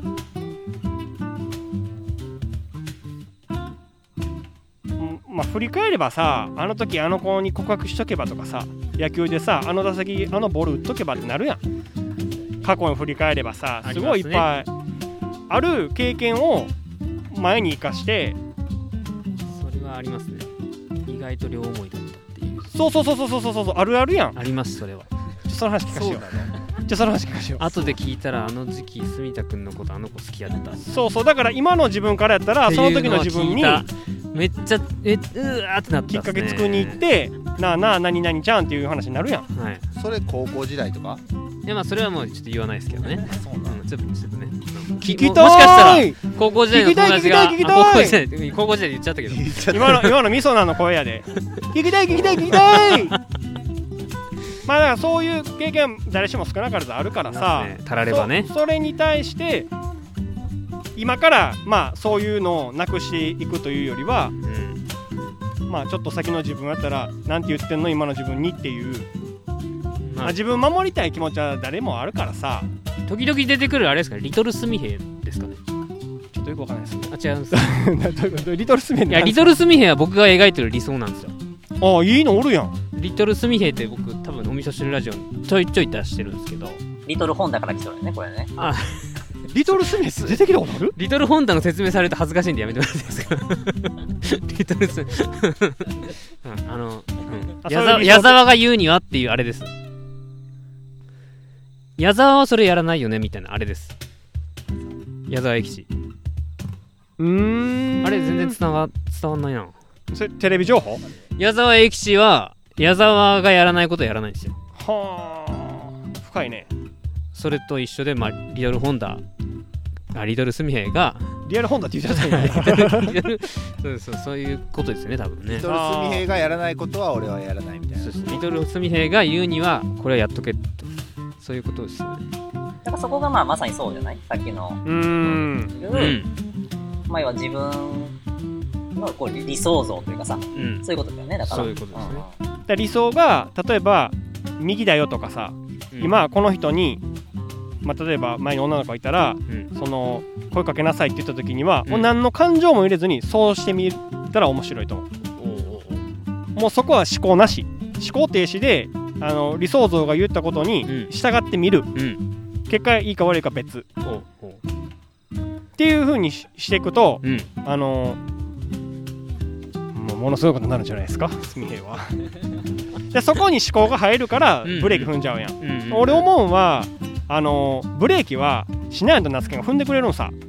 [SPEAKER 5] 振り返ればさ、あの時あの子に告白しとけばとかさ、野球でさあの打席あのボール打っとけばってなるやん。過去に振り返ればさ、すごいいっぱいある経験を前に生かして、
[SPEAKER 2] それはありますね。意外と両思いだったっていう。
[SPEAKER 5] そうあるあるやん。
[SPEAKER 2] あります。それは
[SPEAKER 5] その話聞かせよう。その話聞かせよう。
[SPEAKER 2] 後で聞いたら、あの時期住田くんのことあの子好きやった。
[SPEAKER 5] そうだから今の自分からやったら、その時の自分に
[SPEAKER 2] めっちゃうわーってなったっすね。
[SPEAKER 5] きっかけ作りに行って、なあ何々ちゃんっていう話になるやん。
[SPEAKER 2] はい。
[SPEAKER 4] それ高校時代とか？
[SPEAKER 2] いや、まあそれはもうちょっと言わないですけどね。そうなの。ちょっとね。
[SPEAKER 5] 聞きたい。
[SPEAKER 2] もしかしたら高校時代の友達が
[SPEAKER 5] 聞きた
[SPEAKER 2] い。高校時代で言っちゃったけど。
[SPEAKER 5] 今のみそなの声やで。聞きたい。まあだからそういう経験誰しも少なからずあるからさ、
[SPEAKER 2] たらればね。
[SPEAKER 5] それに対して今からまあそういうのをなくしていくというよりは、まあちょっと先の自分だったらなんて言ってんの今の自分にっていう、まあ自分守りたい気持ちは誰もあるからさ。
[SPEAKER 2] 時々出てくるあれですかね、リトルスミヘイですかね。
[SPEAKER 5] ちょっとよくわかんないですね。
[SPEAKER 2] あ、違うんです。
[SPEAKER 5] リトルスミヘイ。
[SPEAKER 2] いや、リトルスミヘイは僕が描いてる理想なんですよ。
[SPEAKER 5] ああ、いいのおるやん。
[SPEAKER 2] リトルスミヘイって僕多分お味噌汁ラジオにちょいちょい出してるんですけど、
[SPEAKER 3] リトルホンダから来とるよね、これね。
[SPEAKER 2] あ、
[SPEAKER 5] リトルスミヘイ出てきたことある？
[SPEAKER 2] リトルホンダの説明されると恥ずかしいんでやめてもらっていいですか。リトルス矢沢が言うにはっていうあれです。矢沢はそれやらないよねみたいなあれです。矢沢永吉。あれ全然伝わんないな。
[SPEAKER 5] それテレビ情報？
[SPEAKER 2] 矢沢永吉は矢沢がやらないことをやらないんですよ。
[SPEAKER 5] はあ、深いね。
[SPEAKER 2] それと一緒で、まあ、リトルスミヘイが
[SPEAKER 5] リアルホンダって言っちゃった
[SPEAKER 2] よね。そういうことですよね、多分ね。
[SPEAKER 4] リトルスミヘイがやらないことは俺はやらないみたいな。
[SPEAKER 2] そうです。リトルスミヘイが言うにはこれはやっとけって、そういうことですよね。
[SPEAKER 3] だからそこがまあまさにそうじゃない？さっきのまあ要は自分のこう理想像というかさ、そういうことだよね。だから
[SPEAKER 2] そういうことですね。
[SPEAKER 5] 理想が例えば右だよとかさ、今この人に、まあ、例えば前に女の子がいたら、その声かけなさいって言った時には、もう何の感情も入れずにそうしてみたら面白いと思う。もうそこは思考なし、思考停止で理想像が言ったことに従ってみる、結果いいか悪いか別っていう風にしていくと、ものすごいことになるんじゃないですか、スミヘイは。でそこに思考が入るからブレーキ踏んじゃうやん。俺思うはブレーキはしないとナスケが踏んでくれるんさ。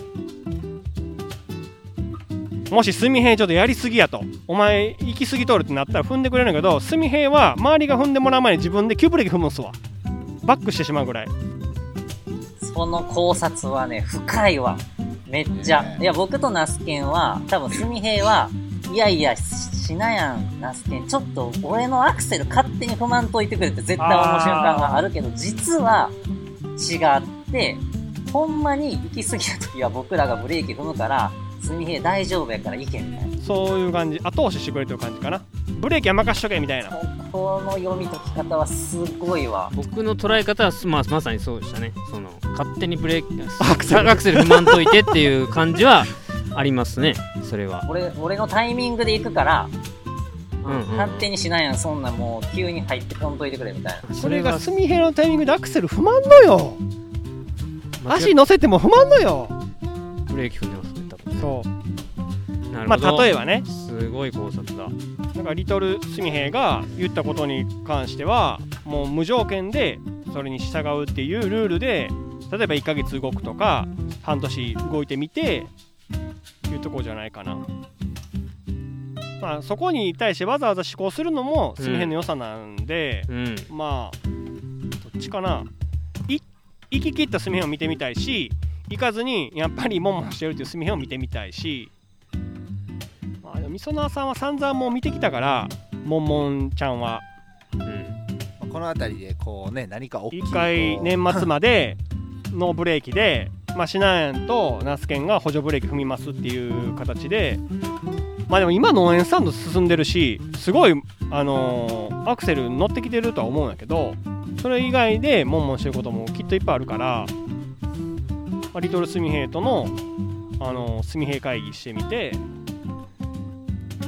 [SPEAKER 5] もしスミヘイちょっとやりすぎやと、お前行き過ぎとるってなったら踏んでくれるんだけど、スミヘイは周りが踏んでもらう前に自分で急ブレーキ踏むんすわ。バックしてしまうぐらい。
[SPEAKER 3] その考察はね、深いわ。めっちゃ。いや、僕とナスケンは、多分スミヘイは、いやいや、しなやん、ナスケン。ちょっと、俺のアクセル勝手に踏まんといてくれって絶対思う瞬間があるけど、実は、違って、ほんまに行き過ぎた時は僕らがブレーキ踏むから、スミヘイ大丈夫やから行けみたいな。
[SPEAKER 5] そういう感じ。後押ししてくれてる感じかな。ブレーキは任しとけみたいな。
[SPEAKER 3] この読み解き方はすごいわ。
[SPEAKER 2] 僕の捉え方は、まさにそうでしたね。その勝手にブレーキアクセル踏まんといてっていう感じはありますね。それは
[SPEAKER 3] 俺のタイミングで行くから、勝手にしないやん、そんなもう急に入ってこんといてくれみたいな。
[SPEAKER 5] それがスミヘイのタイミングでアクセル踏まんのよ。足乗せても踏まんのよ。
[SPEAKER 2] ブレーキ踏んでますね、多分。
[SPEAKER 5] そう
[SPEAKER 2] なるほど。
[SPEAKER 5] まあ例えばね、
[SPEAKER 2] すごい考察だ。
[SPEAKER 5] なんかリトルスミヘイが言ったことに関してはもう無条件でそれに従うっていうルールで、例えば1ヶ月動くとか半年動いてみていうとこじゃないかな。まあそこに対してわざわざ思考するのもスミヘイの良さなんで、まあどっちかな。行き切ったスミヘイを見てみたいし、行かずにやっぱりモンモンしてるっていうスミヘイを見てみたいし、まあ、みそなさんは散々もう見てきたから、モンモンちゃんは、
[SPEAKER 4] この辺りでこうね、何か大きい
[SPEAKER 5] 一回年末までのブレーキでまあシナヤンとナスケンが補助ブレーキ踏みますっていう形で、まあでも今農園スタンド進んでるし、すごいアクセル乗ってきてるとは思うんだけど、それ以外でモンモンしてることもきっといっぱいあるから、まあ、リトルスミヘイとのスミヘイ会議してみて、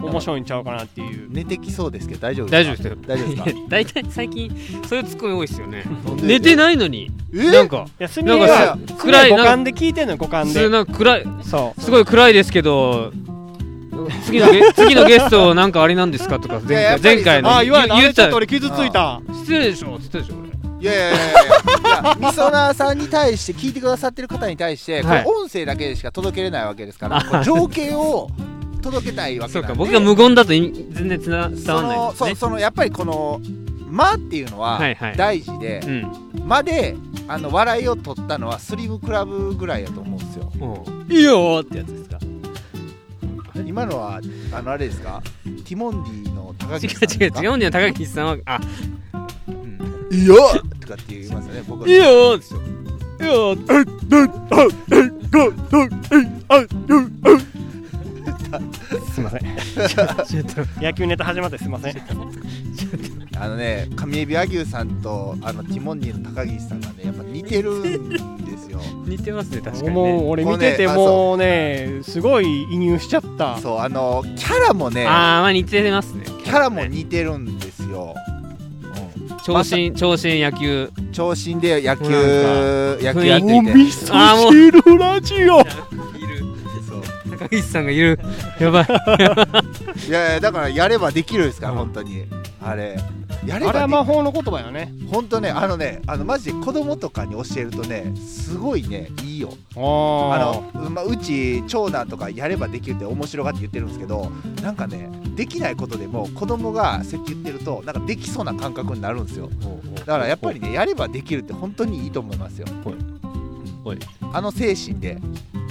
[SPEAKER 5] 面白いんちゃうかなっていう。
[SPEAKER 4] 寝てきそうですけど大丈夫ですか？
[SPEAKER 2] 大丈夫ですよ。
[SPEAKER 4] 大丈夫ですか？
[SPEAKER 2] 大体最近そういうツッコミ多いですよね。
[SPEAKER 4] なんで
[SPEAKER 2] 寝てないのになんか
[SPEAKER 5] いやすみれは
[SPEAKER 2] 暗い
[SPEAKER 5] 五感で聞いてんのよ、五感で。
[SPEAKER 2] なんか暗い、
[SPEAKER 5] そう
[SPEAKER 2] すごい暗いですけど次のゲストなんかあれなんですかとか前回の
[SPEAKER 5] 言われた。あれちょっと俺傷ついた。
[SPEAKER 2] 失礼でしょって言ったでしょ俺。
[SPEAKER 4] いやみそなさんに対して聞いてくださってる方に対してこれ音声だけでしか届けれないわけですからこれ情景を届けたいわけなんで。
[SPEAKER 2] そうか、僕が無言だと全然伝わんないですね。
[SPEAKER 4] そのやっぱりこの間っていうのは大事で、間で笑いを取ったのはスリムクラブぐらいやと思うんですよ。
[SPEAKER 2] いいよーってやつですか。
[SPEAKER 4] 今のはあれですか？ティモンディの高木さんですか？
[SPEAKER 2] 違うティモンディの高木さんはい
[SPEAKER 4] いよとかって言いますよね。僕はい
[SPEAKER 2] いよーですよ。いいよー
[SPEAKER 5] すいません。野球ネタ始まってすいません。
[SPEAKER 4] 上海老和牛さんとティモンディの高岸さんがねやっぱ似てるんですよ。
[SPEAKER 2] 似てますね、確かにね。
[SPEAKER 5] もう俺見ててもうねすごい移入しちゃった。
[SPEAKER 4] そうキャラもね
[SPEAKER 2] まあ似てますね。
[SPEAKER 4] キャラも似てるんですよ。
[SPEAKER 2] 長身野球
[SPEAKER 4] 長身で野球やっていて
[SPEAKER 5] お味噌汁ラジオ
[SPEAKER 2] いる高岸さんがいる。やばい
[SPEAKER 4] いやだからやればできるですから、本当にあれやれば
[SPEAKER 5] あれは魔法の言葉よね。
[SPEAKER 4] 本当ねマジで子供とかに教えるとねすごいねいいよ。うち長男とかやればできるって面白がって言ってるんですけどなんかねできないことでも子供がそうやって言ってるとなんかできそうな感覚になるんですよ。だからやっぱりねやればできるって本当にいいと思いますよ。精神で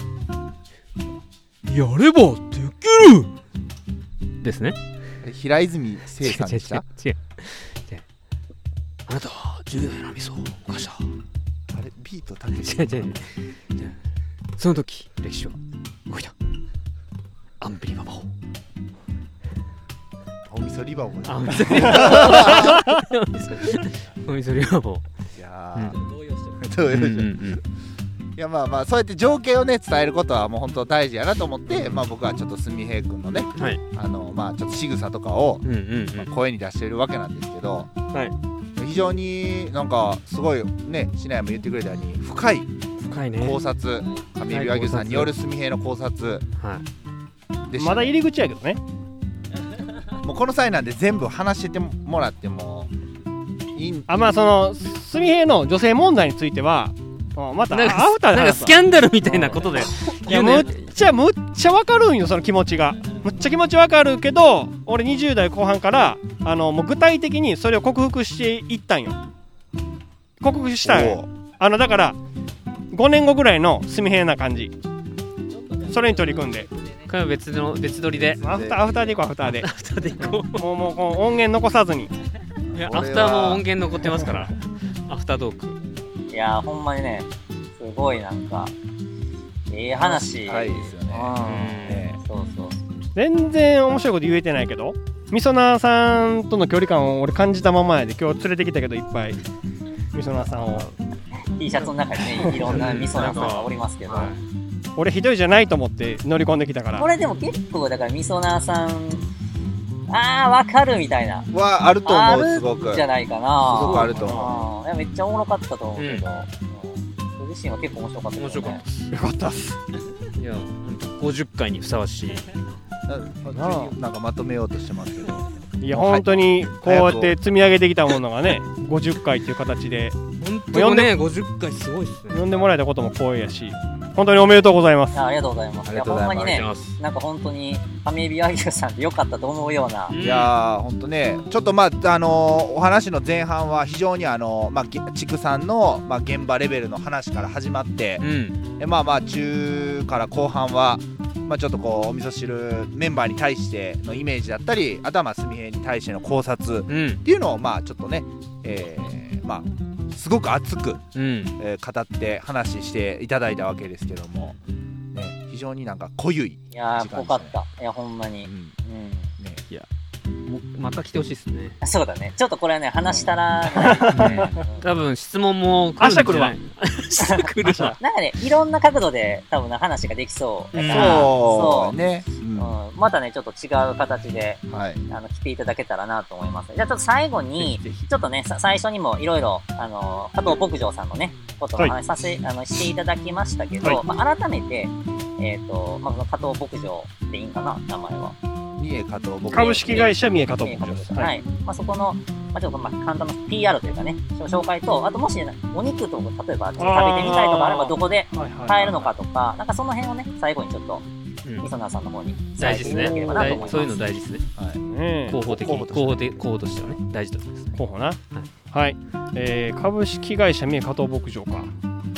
[SPEAKER 2] やればできるですね。
[SPEAKER 4] 平泉聖さんでした？
[SPEAKER 2] 違うあなたは10代の味噌を犯した。
[SPEAKER 4] あれビートたけし。
[SPEAKER 2] 違うその時歴史は動いた。アンビリバボー
[SPEAKER 4] お味噌リバボー。
[SPEAKER 2] お味噌リバボー。
[SPEAKER 4] いや動揺していやまあそうやって情景をね伝えることはもう本当大事やなと思って、僕はちょっとすみへい君のね、ちょっと仕草とかを、声に出してるわけなんですけど、非常になんかすごいねシナヤも言ってくれたように深い考察、上海老和牛さんによるすみへいの考察でしたね。
[SPEAKER 5] まだ入り口やけどね。
[SPEAKER 4] もうこの際なんで全部話してもらってもいい。
[SPEAKER 5] そのすみへいの女性問題についてはまたアフターで
[SPEAKER 2] なんかスキャンダルみたいなことで
[SPEAKER 5] いやむっちゃ分かるんよ、その気持ちが。むっちゃ気持ち分かるけど俺20代後半からもう具体的にそれを克服していったんよ。克服したんよ。だから5年後ぐらいのすみへいな感じ、それに取り組んで
[SPEAKER 2] これは別撮りで
[SPEAKER 5] アフターでいこう。アフターでいこう。もうこの音源残さずに。
[SPEAKER 2] いやアフターも音源残ってますからアフタートーク。
[SPEAKER 3] いやほんまにねすごいなんか話
[SPEAKER 4] はいですよね。
[SPEAKER 3] そう
[SPEAKER 5] 全然面白いこと言えてないけどみそなさんとの距離感を俺感じたままやで。今日連れてきたけどいっぱいみそなさんを
[SPEAKER 3] T シャツの中にねいろんなみそなさんがおりますけど
[SPEAKER 5] 俺一人じゃないと思って乗り込んできたから。
[SPEAKER 3] これでも結構だからみそなさんわかるみたいな
[SPEAKER 4] はあると思う。すごく
[SPEAKER 3] じゃないかな。
[SPEAKER 4] すごくあると思
[SPEAKER 3] う。いやめっちゃおもろかったと思うけど、僕自身は結構面白かったですね。
[SPEAKER 5] よかったっす。
[SPEAKER 2] いや50回にふさわしい。
[SPEAKER 4] なんかまとめようとしてますけど、
[SPEAKER 5] いや本当にこうやって積み上げてきたものがね50回っていう形で
[SPEAKER 2] 本当ね50回すごいですね。
[SPEAKER 5] 呼んでもらえたことも光栄やし本当におめでとうございます。
[SPEAKER 3] ありがとうございます。いやほんまにねなんか本当に上海老和牛さんでよかったと思うような。
[SPEAKER 4] いやー本当ねちょっとお話の前半は非常に畜産の現場レベルの話から始まって、中から後半はちょっとこうお味噌汁メンバーに対してのイメージだったりあとはすみへいに対しての考察っていうのをちょっとねすごく熱く、語って話していただいたわけですけども、非常になんか濃ゆい時間でしたね。
[SPEAKER 3] いや濃かった。いやほんまに、
[SPEAKER 2] いや
[SPEAKER 4] も
[SPEAKER 2] また来てほしいですね。
[SPEAKER 3] そうだね。ちょっとこれはね、話したら、
[SPEAKER 2] 多分質問も来るんじゃない？
[SPEAKER 3] 明日来るわ。なんかね、いろんな角度で多分話ができそうだから、
[SPEAKER 4] そうね。
[SPEAKER 3] またね、ちょっと違う形で、来ていただけたらなと思います。じゃあちょっと最後に、ちょっとね、最初にもいろいろ、加藤牧場さんのね、ことをお話ししていただきましたけど、改めて、加藤牧場でいいんかな、名前は。
[SPEAKER 4] 三重加藤牧場。
[SPEAKER 5] 株式会社三重加藤牧場です。
[SPEAKER 3] はい。そこの、ちょっと簡単な PR というかね、紹介と、あともし、お肉とか、例えば食べてみたいとかあればどこで買えるのかとか、なんかその辺をね、最後にちょっと、リソナーさんの方に
[SPEAKER 2] 大事ですね。そういうの大事ですね。広報としてはね、大事だと思います。
[SPEAKER 5] 広報な。はい。株式会社三重加藤牧場か。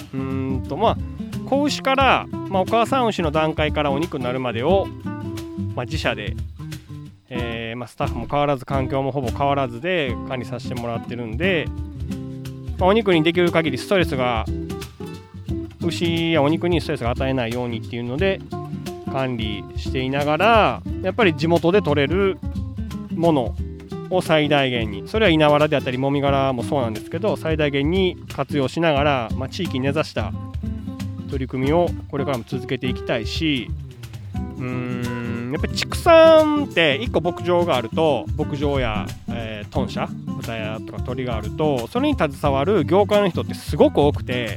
[SPEAKER 5] 子牛から、お母さん牛の段階からお肉になるまでを、自社で、スタッフも変わらず環境もほぼ変わらずで管理させてもらってるんで、お肉にできる限りストレスが牛やお肉にストレスが与えないようにっていうので管理していながら、やっぱり地元で取れるものを最大限に、それは稲わらであったりもみ殻もそうなんですけど、最大限に活用しながら、地域に根ざした取り組みをこれからも続けていきたいし、やっぱり畜産って1個牧場があると、牧場や、豚舎、豚屋とか鳥があると、それに携わる業界の人ってすごく多くて、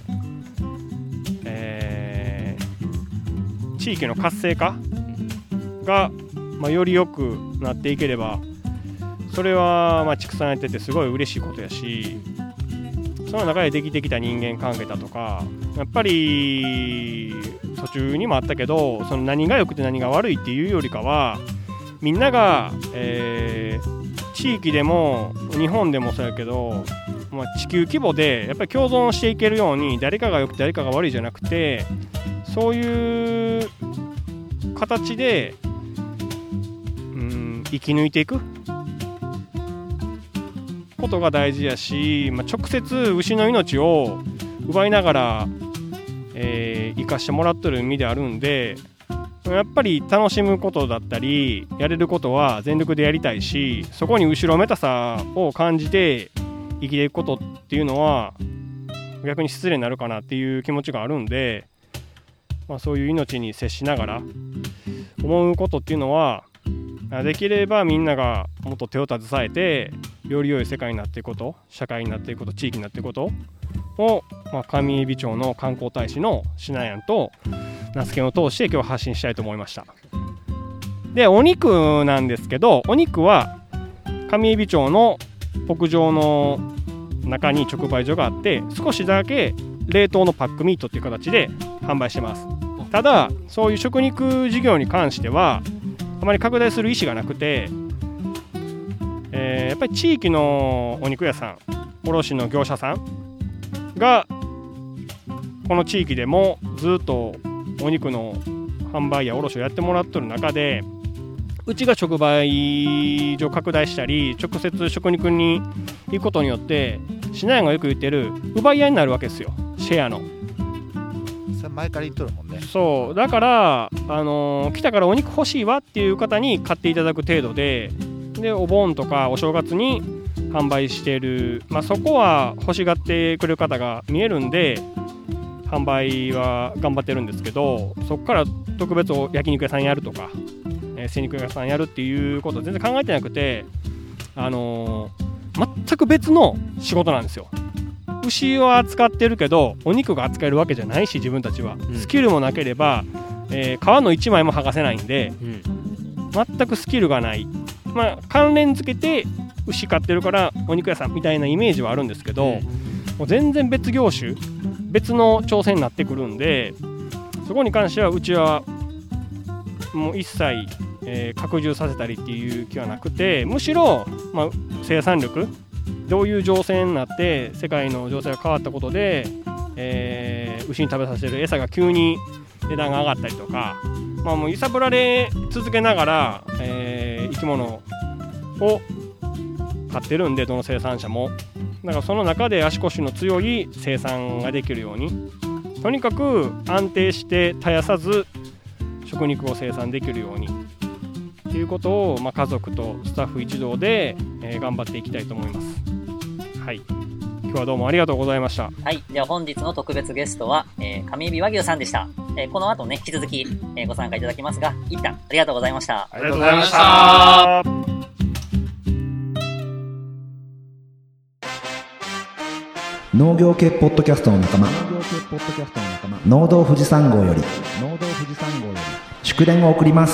[SPEAKER 5] 地域の活性化が、より良くなっていければ、それは畜産やっててすごい嬉しいことやし、その中でできてきた人間関係だとか、やっぱり途中にもあったけど、その何が良くて何が悪いっていうよりかは、みんなが、地域でも日本でもそうやけど、地球規模でやっぱり共存していけるように、誰かが良くて誰かが悪いじゃなくて、そういう形で、生き抜いていくことが大事やし、直接牛の命を奪いながら、生かしてもらってる意味であるんで、やっぱり楽しむことだったりやれることは全力でやりたいし、そこに後ろめたさを感じて生きていくことっていうのは逆に失礼になるかなっていう気持ちがあるんで、そういう命に接しながら思うことっていうのは、できればみんながもっと手を携えてより良い世界になっていくこと、社会になっていくこと、地域になっていくことを、上海老町の観光大使のシナヤンとナスケンを通して今日発信したいと思いました。で、お肉なんですけど、お肉は上海老町の牧場の中に直売所があって、少しだけ冷凍のパックミートっていう形で販売してます。ただそういう食肉事業に関してはあまり拡大する意思がなくて、やっぱり地域のお肉屋さん、卸の業者さんがこの地域でもずっとお肉の販売や卸をやってもらってる中で、うちが直売所拡大したり直接食肉に行くことによって、シナヤンがよく言ってる奪い合いになるわけですよ、シェアの。
[SPEAKER 4] それ前から言っとるもんね。
[SPEAKER 5] そうだから、来たからお肉欲しいわっていう方に買っていただく程度で、お盆とかお正月に販売している、そこは欲しがってくれる方が見えるんで販売は頑張ってるんですけど、そこから特別焼肉屋さんやるとか、精肉屋さんやるっていうことは全然考えてなくて、全く別の仕事なんですよ。牛は扱ってるけどお肉が扱えるわけじゃないし、自分たちは、スキルもなければ、皮の1枚も剥がせないんで、全くスキルがない、関連付けて牛飼ってるからお肉屋さんみたいなイメージはあるんですけど、もう全然別業種、別の挑戦になってくるんで、そこに関してはうちはもう一切、拡充させたりっていう気はなくて、むしろ、生産力、どういう情勢になって世界の情勢が変わったことで、牛に食べさせる餌が急に値段が上がったりとか、もう揺さぶられ続けながら、生き物を飼ってるんで、どの生産者も。だからその中で足腰の強い生産ができるように、とにかく安定して絶やさず食肉を生産できるようにということを、家族とスタッフ一同で、頑張っていきたいと思います。はい、今日はどうもありがとうございました。
[SPEAKER 3] はい、では本日の特別ゲストは、上指和牛さんでした。この後ね、引き続き、ご参加いただきますが、一旦ありがとうございました。
[SPEAKER 5] ありがとうございました。
[SPEAKER 7] 農業系ポッドキャストの仲間、農道富士山号より祝電を送ります。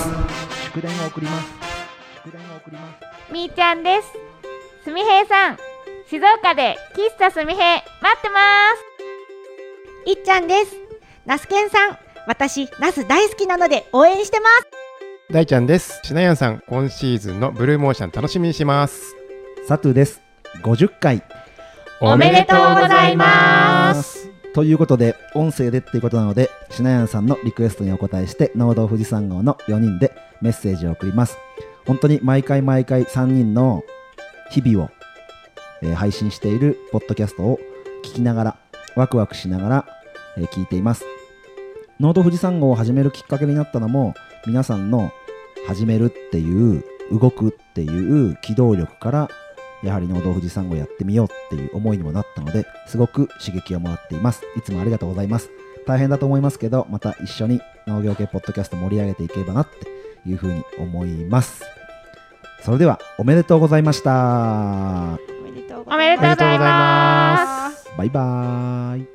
[SPEAKER 8] みーちゃんです。すみへいさん、静岡で喫茶すみへい待ってます。
[SPEAKER 9] いっちゃんです。ナスケンさん、私ナス大好きなので応援してます。
[SPEAKER 10] 大ちゃんです。しなやんさん、今シーズンのブルーモーション楽しみにします。
[SPEAKER 7] サトゥです。50回
[SPEAKER 8] おめでとうございます。
[SPEAKER 7] ということで、音声でっていうことなので、しなやんさんのリクエストにお答えして、農道富士山号の4人でメッセージを送ります。本当に毎回3人の日々を、配信しているポッドキャストを聞きながら、ワクワクしながら、聞いています。農道富士山号を始めるきっかけになったのも、皆さんの始めるっていう動くっていう機動力から、やはり農道富士山号やってみようっていう思いにもなったので、すごく刺激をもらっています。いつもありがとうございます。大変だと思いますけど、また一緒に農業系ポッドキャスト盛り上げていければなっていうふうに思います。それではおめでとうございました。
[SPEAKER 8] おめでとうございます。
[SPEAKER 7] バイバーイ。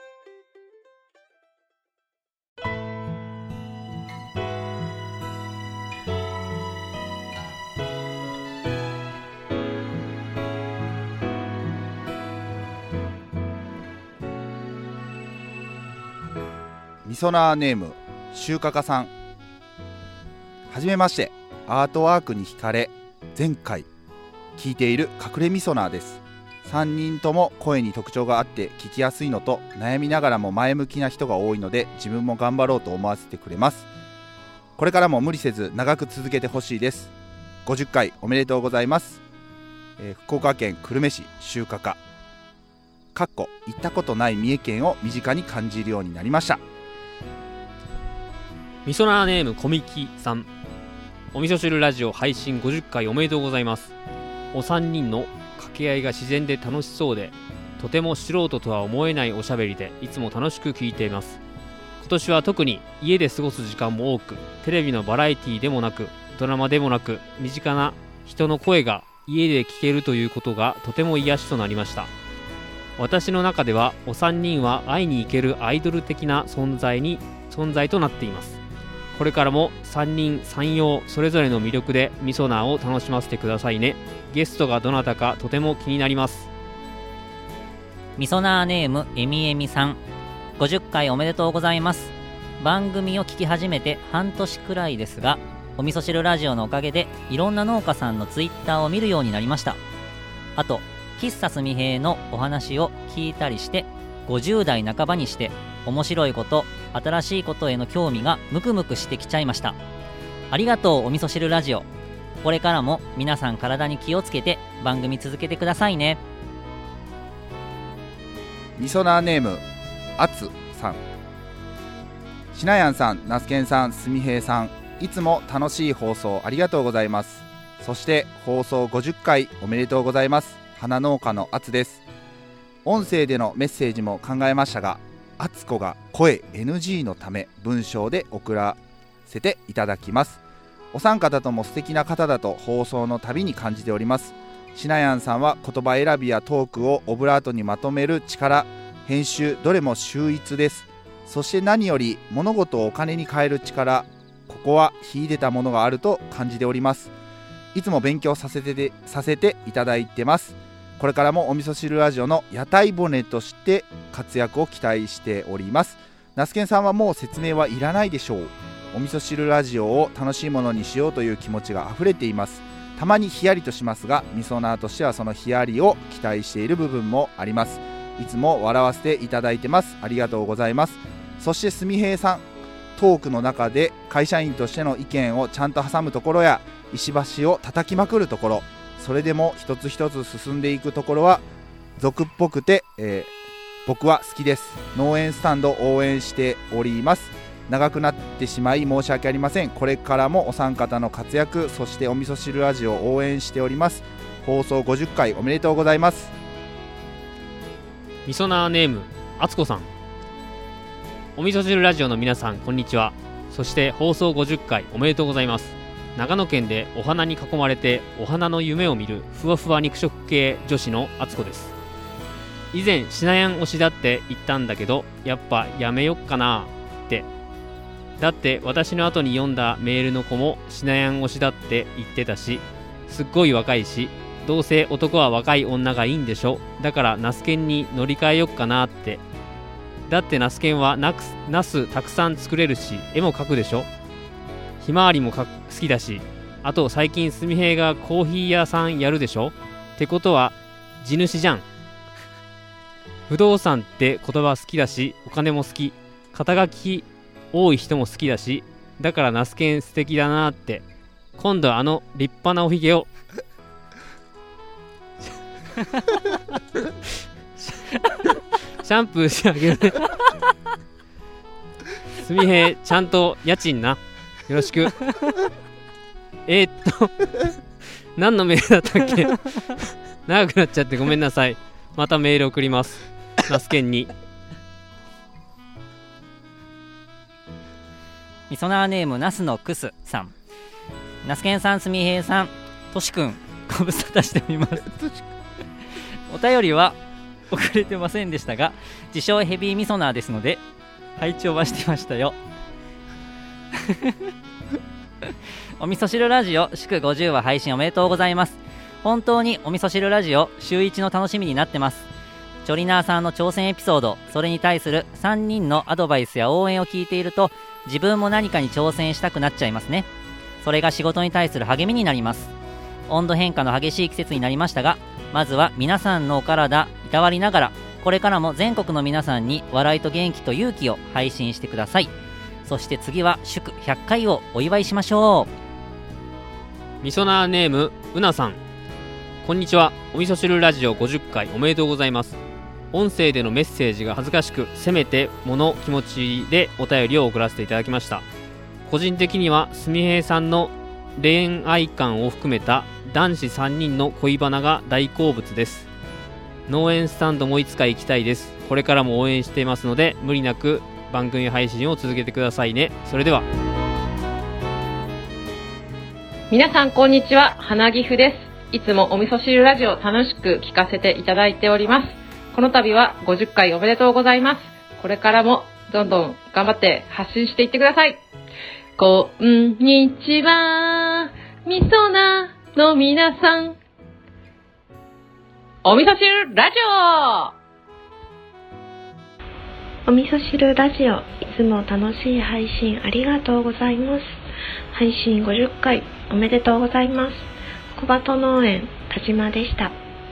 [SPEAKER 4] みそなーネームシュウカカさん、はじめまして。アートワークに惹かれ前回聞いている隠れみそなーです。3人とも声に特徴があって聞きやすいのと、悩みながらも前向きな人が多いので、自分も頑張ろうと思わせてくれます。これからも無理せず長く続けてほしいです。50回おめでとうございます。福岡県久留米市シュウカカ行ったことない三重県を身近に感じるようになりました。
[SPEAKER 2] みそなーネームこみきさん、お味噌汁ラジオ配信50回おめでとうございます。お三人の掛け合いが自然で楽しそうで、とても素人とは思えないおしゃべりで、いつも楽しく聞いています。今年は特に家で過ごす時間も多く、テレビのバラエティでもなくドラマでもなく、身近な人の声が家で聞けるということがとても癒しとなりました。私の中ではお三人は会いに行けるアイドル的な存在となっています。これからも三人三様それぞれの魅力でみそなーを楽しませてくださいね。ゲストがどなたかとても気になります。
[SPEAKER 3] みそなーネームえみえみさん、50回おめでとうございます。番組を聞き始めて半年くらいですが、お味噌汁ラジオのおかげでいろんな農家さんのツイッターを見るようになりました。あと喫茶すみへいのお話を聞いたりして、50代半ばにして面白いこと、新しいことへの興味がムクムクしてきちゃいました。ありがとうお味噌汁ラジオ。これからも皆さん体に気をつけて番組続けてくださいね。
[SPEAKER 4] みそなーネームあつさん、しなやんさん、なすけんさん、すみへいさん、いつも楽しい放送ありがとうございます。そして放送50回おめでとうございます。花農家のあつです。音声でのメッセージも考えましたが、あつこが声 NG のため文章で送らせていただきます。お三方とも素敵な方だと放送のたびに感じております。しなやんさんは言葉選びやトークをオブラートにまとめる力、編集、どれも秀逸です。そして何より物事をお金に変える力、ここは秀でたものがあると感じております。いつも勉強させていただいてます。これからもお味噌汁ラジオの屋台骨として活躍を期待しております。ナスケンさんはもう説明はいらないでしょう。お味噌汁ラジオを楽しいものにしようという気持ちが溢れています。たまにヒヤリとしますが、みそなーとしてはそのヒヤリを期待している部分もあります。いつも笑わせていただいてます。ありがとうございます。そしてすみへいさん、トークの中で会社員としての意見をちゃんと挟むところや、石橋を叩きまくるところ、それでも一つ一つ進んでいくところは俗っぽくて、僕は好きです。農園スタンド応援しております。
[SPEAKER 1] 長くなってしまい申し訳ありません。これからもお三方の活躍、そしてお味噌汁ラジオを応援しております。放送50回おめでとうございます。
[SPEAKER 2] みそなーネームあつこさん。お味噌汁ラジオの皆さん、こんにちは。そして放送50回おめでとうございます。長野県でお花に囲まれてお花の夢を見るふわふわ肉食系女子のあつこです。以前しなやん推しだって言ったんだけど、やっぱやめよっかなって。だって私の後に読んだメールの子もしなやん推しだって言ってたし、すっごい若いし、どうせ男は若い女がいいんでしょ。だからナスケンに乗り換えよっかなって。だってナスケンはナスたくさん作れるし、絵も描くでしょ。ひまわりも好きだし、あと最近すみへいがコーヒー屋さんやるでしょ。ってことは地主じゃん。不動産って言葉好きだし、お金も好き、肩書き多い人も好きだし、だからナスケン素敵だなって。今度は立派なおひげをシャンプーしてあげるね。すみへいちゃんと家賃な、よろしく。何のメールだったっけ。長くなっちゃってごめんなさい。またメール送ります。ナスケンに。
[SPEAKER 3] みそなーネームナスのクスさん。ナスケンさん、すみへいさん、としくん、ご無沙汰しております。お便りは遅れてませんでしたが、自称ヘビーみそなーですので拝聴はしてましたよ。お味噌汁ラジオ祝50話配信おめでとうございます。本当にお味噌汁ラジオ週1の楽しみになってます。チョリナーさんの挑戦エピソード、それに対する3人のアドバイスや応援を聞いていると、自分も何かに挑戦したくなっちゃいますね。それが仕事に対する励みになります。温度変化の激しい季節になりましたが、まずは皆さんのお体いたわりながら、これからも全国の皆さんに笑いと元気と勇気を配信してください。そして次は祝100回をお祝いしましょ
[SPEAKER 2] う。みそなーネームうなさん、こんにちは。お味噌汁ラジオ50回おめでとうございます。音声でのメッセージが恥ずかしく、せめてもの気持ちでお便りを送らせていただきました。個人的にはすみへいさんの恋愛観を含めた男子3人の恋バナが大好物です。農園スタンドもいつか行きたいです。これからも応援していますので、無理なく番組配信を続けてくださいね。それでは。
[SPEAKER 11] 皆さんこんにちは、花岐阜です。いつもお味噌汁ラジオ楽しく聞かせていただいております。この度は50回おめでとうございます。これからもどんどん頑張って発信していってください。こんにちは、みそなの皆さん。お味噌汁ラジ
[SPEAKER 12] オ、お味噌汁ラジオ、いつも楽しい配信ありがとうございます。配信50回おめでとうございます。小鳩農園田島でした。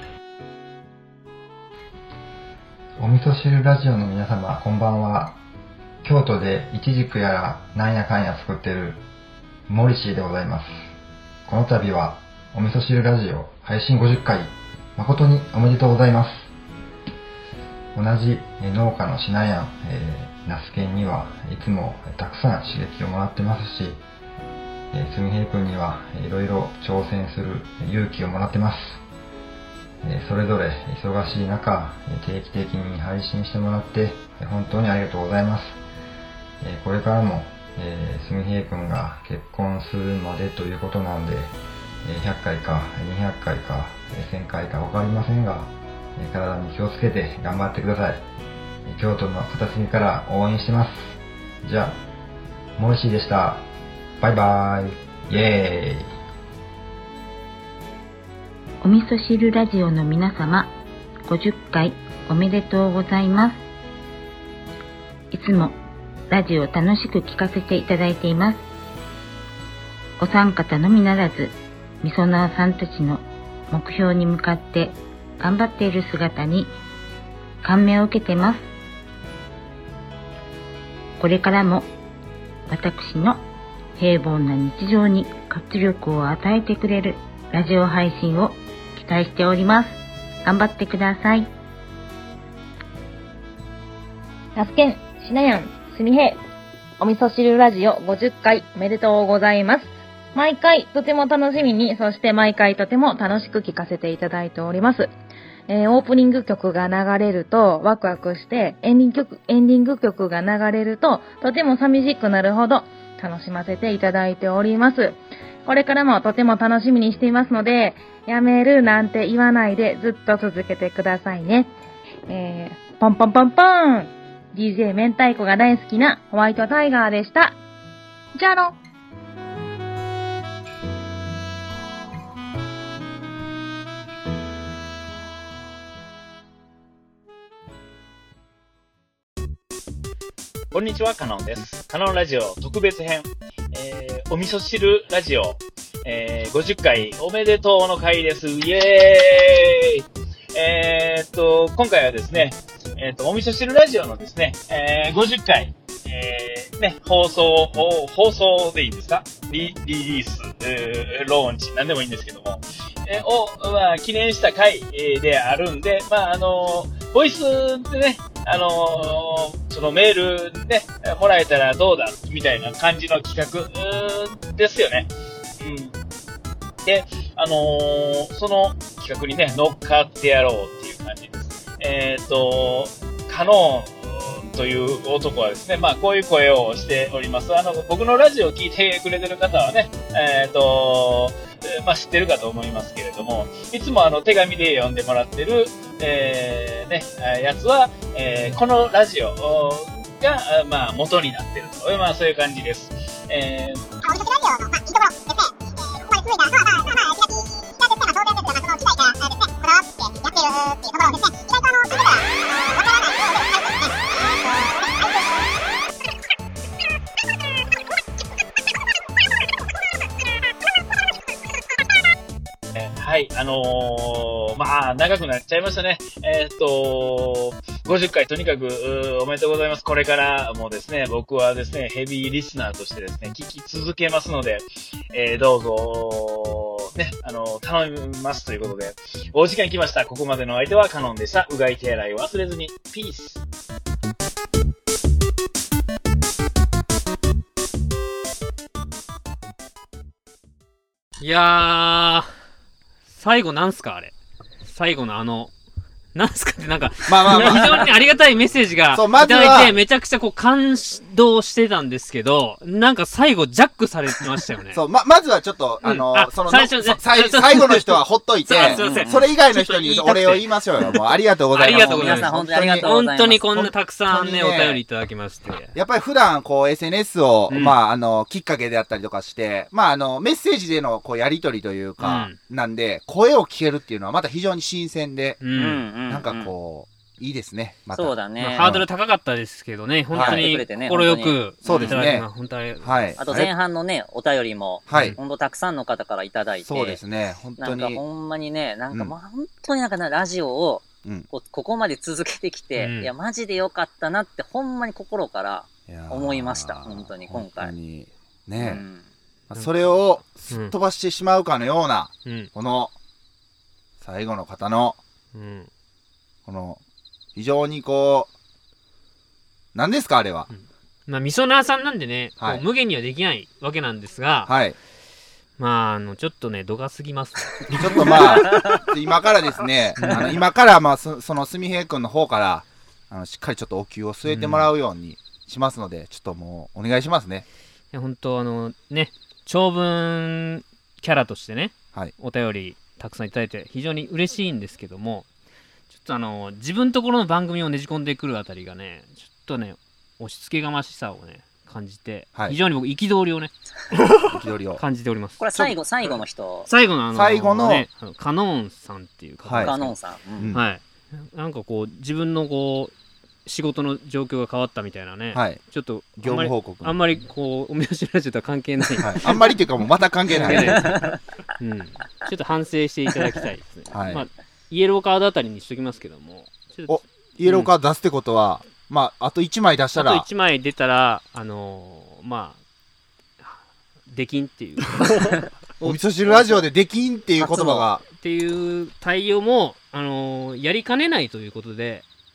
[SPEAKER 13] お味噌汁ラジオの皆様、こんばんは。京都でイチジクやらなんやかんや作ってるモリシーでございます。この度はお味噌汁ラジオ配信50回誠におめでとうございます。同じ農家のしなやん、ナスケンにはいつもたくさん刺激をもらってますし、すみへいくんにはいろいろ挑戦する勇気をもらってます。それぞれ忙しい中、定期的に配信してもらって本当にありがとうございます。これからもすみへいくんが結婚するまでということなんで、100回か200回か1000回か分かりませんが、体に気をつけて頑張ってください。京都の片隅から応援してます。じゃあ、モリシーでした。バイバイ。イエーイ。
[SPEAKER 14] お味噌汁ラジオの皆様、50回おめでとうございます。いつもラジオ楽しく聞かせていただいています。お三方のみならず、みそなーさんたちの目標に向かって頑張っている姿に感銘を受けてます。これからも私の平凡な日常に活力を与えてくれるラジオ配信を期待しております。頑張ってください。
[SPEAKER 15] ナスケン、しなやん、すみへい。
[SPEAKER 11] お味噌汁ラジオ50回おめでとうございます。毎回とても楽しみに、そして毎回とても楽しく聞かせていただいております。オープニング曲が流れるとワクワクして、エンディング曲が流れるととても寂しくなるほど楽しませていただいております。これからもとても楽しみにしていますので、やめるなんて言わないでずっと続けてくださいね。ポンポンポンポン DJ 明太子が大好きなホワイトタイガーでした。じゃあの。
[SPEAKER 15] こんにちは、カノンです。カノンラジオ特別編、お味噌汁ラジオ、50回おめでとうの回です。イエーイ。今回はですね、お味噌汁ラジオのですね、50回、放送でいいんですか？リリース、ローンチ、なんでもいいんですけども、記念した回、であるんで、ボイスでね、そのメールね、もらえたらどうだみたいな感じの企画ですよね。で、その企画にね、乗っかってやろうっていう感じです。カノンという男はですね、こういう声をしております。僕のラジオを聞いてくれてる方はね、知ってるかと思いますけれども、いつも手紙で読んでもらってる、やつは、このラジオが、元になってると。そういう感じです。はい、長くなっちゃいましたね。50回とにかくおめでとうございます。これからもですね、僕はですね、ヘビーリスナーとしてですね、聞き続けますので、どうぞ、ね、頼みますということで、お時間来ました。ここまでの相手はカノンでした。うがい手洗い忘れずに。ピース。
[SPEAKER 2] いやー、最後なんすかあれ。最後のなんすかってなんか、非常にありがたいメッセージがいただいて、めちゃくちゃ感動してたんですけど、なんか最後ジャックされてましたよね。
[SPEAKER 4] そう、まずはちょっと、最後の人はほっといて、それ以外の人にお礼を言いましょうよ。もうありがとうございます。
[SPEAKER 2] ありがとうございます。
[SPEAKER 3] 皆さん本当にありがとうございます。
[SPEAKER 2] 本当にこんなたくさんね、お便りいただきまして。
[SPEAKER 4] やっぱり普段SNS を、きっかけであったりとかして、メッセージでのやりとりというか、なんで、声を聞けるっていうのはまた非常に新鮮で、なんかいいですね。
[SPEAKER 3] そうだね。
[SPEAKER 2] ハードル高かったですけどね、本当に心よく。
[SPEAKER 4] そうですね。
[SPEAKER 3] はい。あと前半のね、お便りも、本当たくさんの方からいただいて。
[SPEAKER 4] そうですね。本当に。
[SPEAKER 3] なんかほんまにね、本当にラジオを、ここまで続けてきて、いや、マジでよかったなって、ほんまに心から思いました。本当に、今回。
[SPEAKER 4] ね。それをすっ飛ばしてしまうかのような、この、最後の方の、この、非常に何ですかあれは。
[SPEAKER 2] みそなーさんなんでね、無限にはできないわけなんですが、ちょっとね、度が過ぎます。
[SPEAKER 4] ちょっと今からですね、今からそのすみへいくんの方から、しっかりちょっとお灸を据えてもらうようにしますので、ちょっともうお願いしますね。
[SPEAKER 2] いや、本当ね、長文キャラとしてね、お便りたくさんいただいて非常に嬉しいんですけども、ちょっと自分のところの番組をねじ込んでくるあたりがね、ちょっとね、押し付けがましさをね、感じて、非常に僕、憤りをね、感じております。
[SPEAKER 3] これ最後の人。
[SPEAKER 2] 最後のね、カノンさんっていう方。
[SPEAKER 3] カノンさん。
[SPEAKER 2] はい。なんか自分の仕事の状況が変わったみたいなね、ちょっと
[SPEAKER 4] 業務報告
[SPEAKER 2] あんまりお味噌汁ラジオとは関係ない、
[SPEAKER 4] あんまりっていうかもうまた関係ない、
[SPEAKER 2] ちょっと反省していただきたいですね。イエローカードあたりにしときますけども、
[SPEAKER 4] イエローカード出すってことは、あと1枚出したら、
[SPEAKER 2] あと1枚出たらできんっていう
[SPEAKER 4] お味噌汁ラジオでできんっていう言葉が
[SPEAKER 2] っていう対応もやりかねないということで、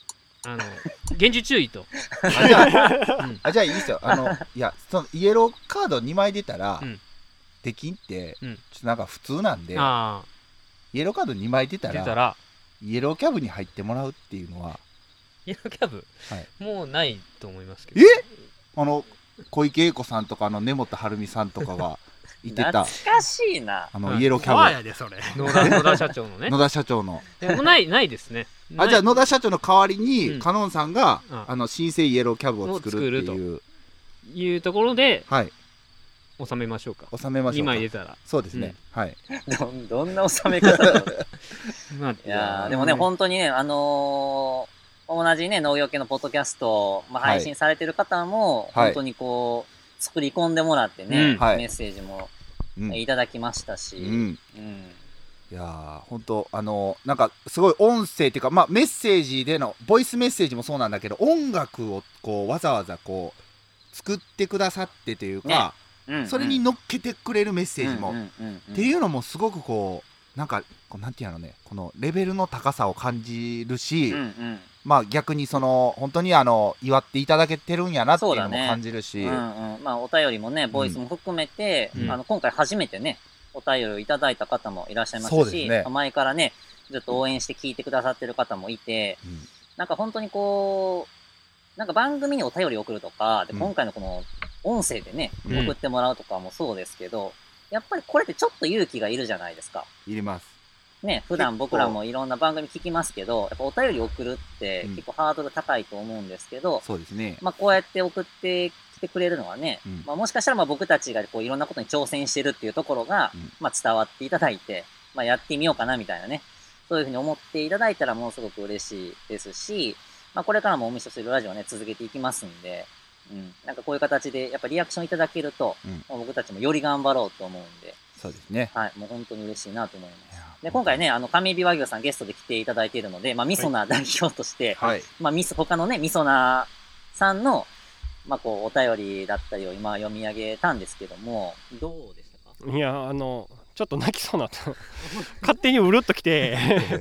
[SPEAKER 2] 厳重注意と。
[SPEAKER 4] じゃあいいですよ。いや、そのイエローカード2枚出たら、できんって、ちょっとなんか普通なんで、イエローカード2枚出たら、イエローキャブに入ってもらうっていうのは。
[SPEAKER 2] イエローキャブ、もうないと思いますけど。
[SPEAKER 4] 小池栄子さんとか根本晴美さんとかがいてた。
[SPEAKER 3] 懐かしいな。
[SPEAKER 4] イエローキャブ。
[SPEAKER 5] やでそれ。
[SPEAKER 2] 野田社長のね。
[SPEAKER 4] 野田社長の。
[SPEAKER 2] もうないですね。
[SPEAKER 4] じゃあ野田社長の代わりに、カノンさんが新生イエローキャブを作るって
[SPEAKER 2] いうところで、収めましょうか。
[SPEAKER 4] 収めましょうか。
[SPEAKER 2] 2枚出たら。
[SPEAKER 4] そうですね。はい。
[SPEAKER 3] どんな収め方だろう。いやでもね、本当にね、同じね、農業系のポッドキャスト、配信されてる方も、本当にこう、作り込んでもらってね、メッセージもいただきましたし。い
[SPEAKER 4] やー、本当なんかすごい音声っていうか、メッセージでのボイスメッセージもそうなんだけど、音楽をこうわざわざこう作ってくださってというか、それに乗っけてくれるメッセージもっていうのもすごくこうなんかなんていうのね、このレベルの高さを感じるし、逆に本当に祝っていただけてるんやなっていうのも感じるし、
[SPEAKER 3] お便りもね、ボイスも含めて、今回初めてね、お便りをいただいた方もいらっしゃいますし、前からね、ちょっと応援して聞いてくださってる方もいて、なんか本当にこう、なんか番組にお便り送るとか、で今回のこの音声でね、送ってもらうとかもそうですけど、やっぱりこれってちょっと勇気がいるじゃないですか。
[SPEAKER 4] いります。
[SPEAKER 3] ね、普段僕らもいろんな番組聞きますけど、やっぱお便り送るって結構ハードル高いと思うんですけど、
[SPEAKER 4] そうですね。
[SPEAKER 3] こうやって送ってきてくれるのはね、もしかしたら僕たちがこういろんなことに挑戦してるっていうところが、伝わっていただいて、やってみようかなみたいなね、そういうふうに思っていただいたらものすごく嬉しいですし、これからもお味噌汁ラジオね、続けていきますんで、なんかこういう形でやっぱリアクションいただけると、僕たちもより頑張ろうと思うんで、
[SPEAKER 4] そうですね。
[SPEAKER 3] はい、もう本当に嬉しいなと思います。で、今回ね、上海和牛さんゲストで来ていただいているので、みそな代表として、他のね、みそなさんの、こう、お便りだったりを今読み上げたんですけども、どうでしたか？
[SPEAKER 5] いや、ちょっと泣きそうなと。勝手にうるっときて、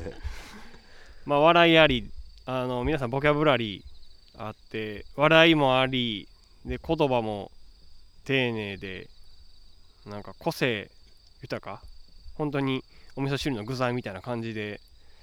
[SPEAKER 5] 笑いあり、皆さんボキャブラリーあって、笑いもあり、で、言葉も丁寧で、なんか個性豊か、本当にお味噌汁の具材みたいな感じで、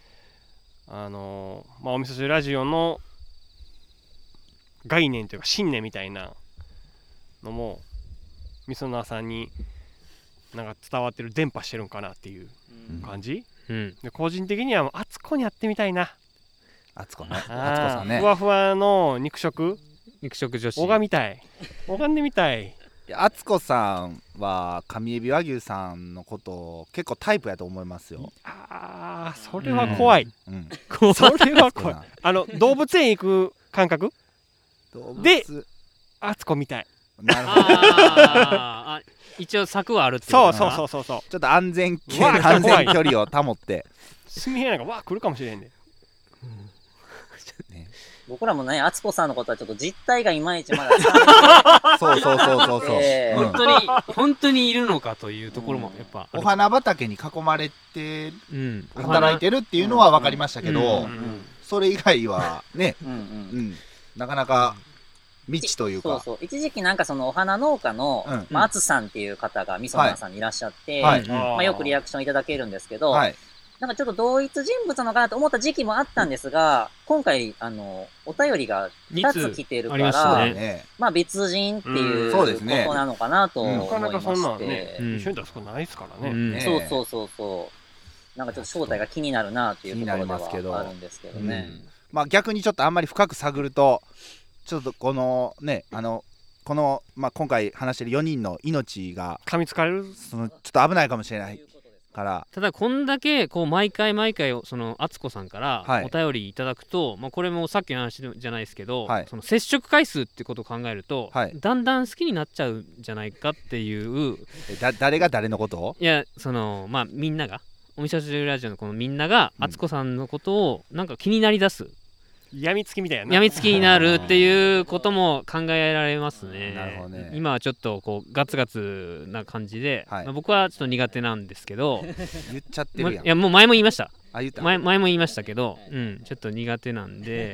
[SPEAKER 5] お味噌汁ラジオの概念というか信念みたいなのもみそなさんになんか伝わってる、伝播してるんかなっていう感じ、で個人的にはあつこにやってみたいな。
[SPEAKER 4] あつこね、あつこさんね、
[SPEAKER 5] ふわふわの肉食
[SPEAKER 2] 女子
[SPEAKER 5] 拝みたい、拝んでみたい。
[SPEAKER 4] あつこさんは上海老和牛さんのこと結構タイプやと思いますよ。
[SPEAKER 5] それは怖い、それは怖い。動物園行く感覚であつこみたい。
[SPEAKER 4] なるほど。
[SPEAKER 2] 一応策はあるってこと
[SPEAKER 5] かな。そう
[SPEAKER 4] ちょっと安全距離を保って
[SPEAKER 5] すみへんなんか来るかもしれんで、
[SPEAKER 3] 僕らもね、あつこさんのことはちょっと実態がいまいちまだ
[SPEAKER 4] そう
[SPEAKER 2] 本当にいるのかというところもやっぱ
[SPEAKER 4] お花畑に囲まれて働いてるっていうのは分かりましたけど、それ以外はね、なかなか未知というか。
[SPEAKER 3] 一時期なんかそのお花農家のあつさんっていう方がみそなさんにいらっしゃって、よくリアクションいただけるんですけど、なんかちょっと同一人物なのかなと思った時期もあったんですが、今回、お便りが2つ来てるから、別人っていうことなのかなと思いまして。なかなかそんな
[SPEAKER 5] ね、一緒に出すことないですからね。
[SPEAKER 3] そう。なんかちょっと正体が気になるなっていうところではあるんですけどね。
[SPEAKER 4] 逆にちょっとあんまり深く探ると、ちょっとこのね、今回話してる4人の命が
[SPEAKER 5] 噛みつかれる、
[SPEAKER 4] ちょっと危ないかもしれない。
[SPEAKER 2] ただこんだけこう毎回そのあつこさんからお便りいただくと、これもさっきの話じゃないですけど、その接触回数ってことを考えると、だんだん好きになっちゃうんじゃないかっていう。
[SPEAKER 4] 誰が誰のことを？
[SPEAKER 2] いや、みんながお味噌汁ラジオのこのみんながあつこさんのことをなんか気になりだす。
[SPEAKER 5] やみつきみたいな。
[SPEAKER 2] やみつきになるっていうことも考えられますね。
[SPEAKER 4] なるほどね。
[SPEAKER 2] 今はちょっとこうガツガツな感じで、僕はちょっと苦手なんですけど。
[SPEAKER 4] 言っちゃってるやん。
[SPEAKER 2] いやもう前も言いました。
[SPEAKER 4] 言った。
[SPEAKER 2] 前も言いましたけど、ちょっと苦手なんで。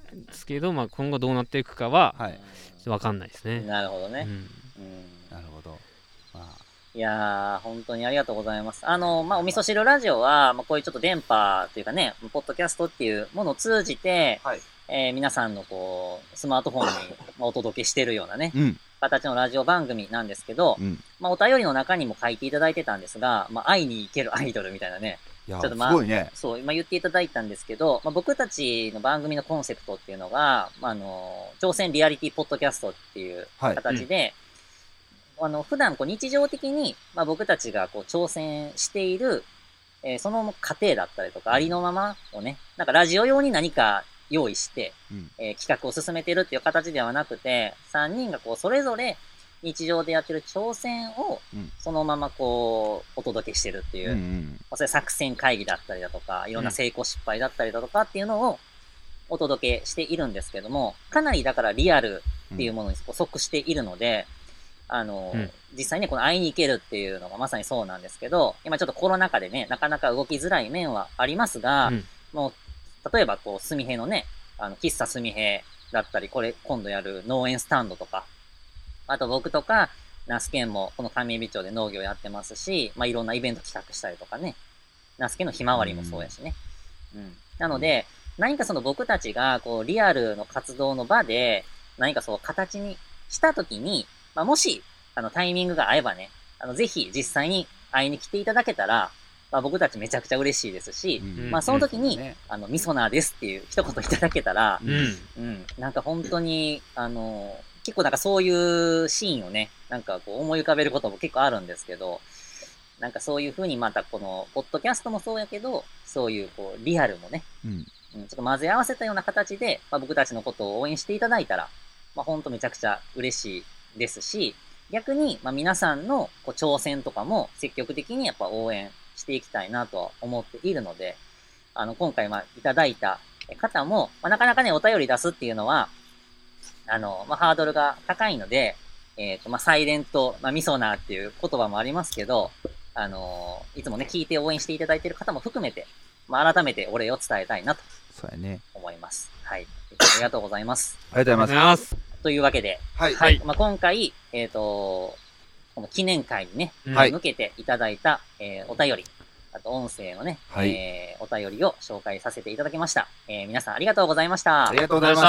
[SPEAKER 2] ですけど、まあ、今後どうなっていくかは分かんないですね。
[SPEAKER 3] なるほどね。
[SPEAKER 4] なるほど。
[SPEAKER 3] いやー、本当にありがとうございます。まあ、お味噌汁ラジオは、まあ、こういうちょっと電波というかね、ポッドキャストっていうものを通じて、皆さんのこう、スマートフォンにお届けしてるようなね、形のラジオ番組なんですけど、まあ、お便りの中にも書いていただいてたんですが、まあ、会いに行けるアイドルみたいなね、
[SPEAKER 4] ちょ
[SPEAKER 3] っとまあ、
[SPEAKER 4] すごいね。
[SPEAKER 3] そう、今言っていただいたんですけど、まあ、僕たちの番組のコンセプトっていうのが、挑戦リアリティポッドキャストっていう形で、普段こう日常的に、まあ、僕たちがこう挑戦している、その過程だったりとか、ありのままをね、なんかラジオ用に何か用意して、企画を進めてるっていう形ではなくて、3人がこうそれぞれ日常でやってる挑戦をそのままこうお届けしてるっていう、まあ、それ作戦会議だったりだとか、いろんな成功失敗だったりだとかっていうのをお届けしているんですけども、かなりだからリアルっていうものにこう即しているので、実際ね、この会いに行けるっていうのがまさにそうなんですけど、今ちょっとコロナ禍でね、なかなか動きづらい面はありますが、もう、例えばこう、すみへのね、喫茶すみへだったり、今度やる農園スタンドとか、あと僕とか、那須県もこの上海町で農業やってますし、まあ、いろんなイベント企画したりとかね、那須県のひまわりもそうやしね。なので、何かその僕たちが、こう、リアルの活動の場で、何かそう形にしたときに、まあ、もし、タイミングが合えばね、ぜひ実際に会いに来ていただけたら、まあ、僕たちめちゃくちゃ嬉しいですし、まあ、その時に、みそなーですっていう一言いただけたら、なんか本当に、結構なんかそういうシーンをね、なんかこう思い浮かべることも結構あるんですけど、なんかそういう風にまたこの、ポッドキャストもそうやけど、そういうこう、リアルもね、ちょっと混ぜ合わせたような形で、まあ、僕たちのことを応援していただいたら、まあ、本当めちゃくちゃ嬉しいですし、逆に、まあ、皆さんのこう挑戦とかも積極的にやっぱ応援していきたいなとは思っているので、今回まあいただいた方も、まあ、なかなかね、お便り出すっていうのは、まあ、ハードルが高いので、まあ、サイレント、まあ、ミソナーっていう言葉もありますけど、いつもね、聞いて応援していただいている方も含めて、まあ、改めてお礼を伝えたいなと
[SPEAKER 4] そうやね。
[SPEAKER 3] 思います。はい。ありがとうございます。
[SPEAKER 4] ありがとうございます。
[SPEAKER 3] というわけで、
[SPEAKER 4] はい。
[SPEAKER 3] まあ、今回、この記念会にね、向けていただいた、お便り、あと音声のね、お便りを紹介させていただきました。皆さんありがとうございました。
[SPEAKER 4] ありがとうございました。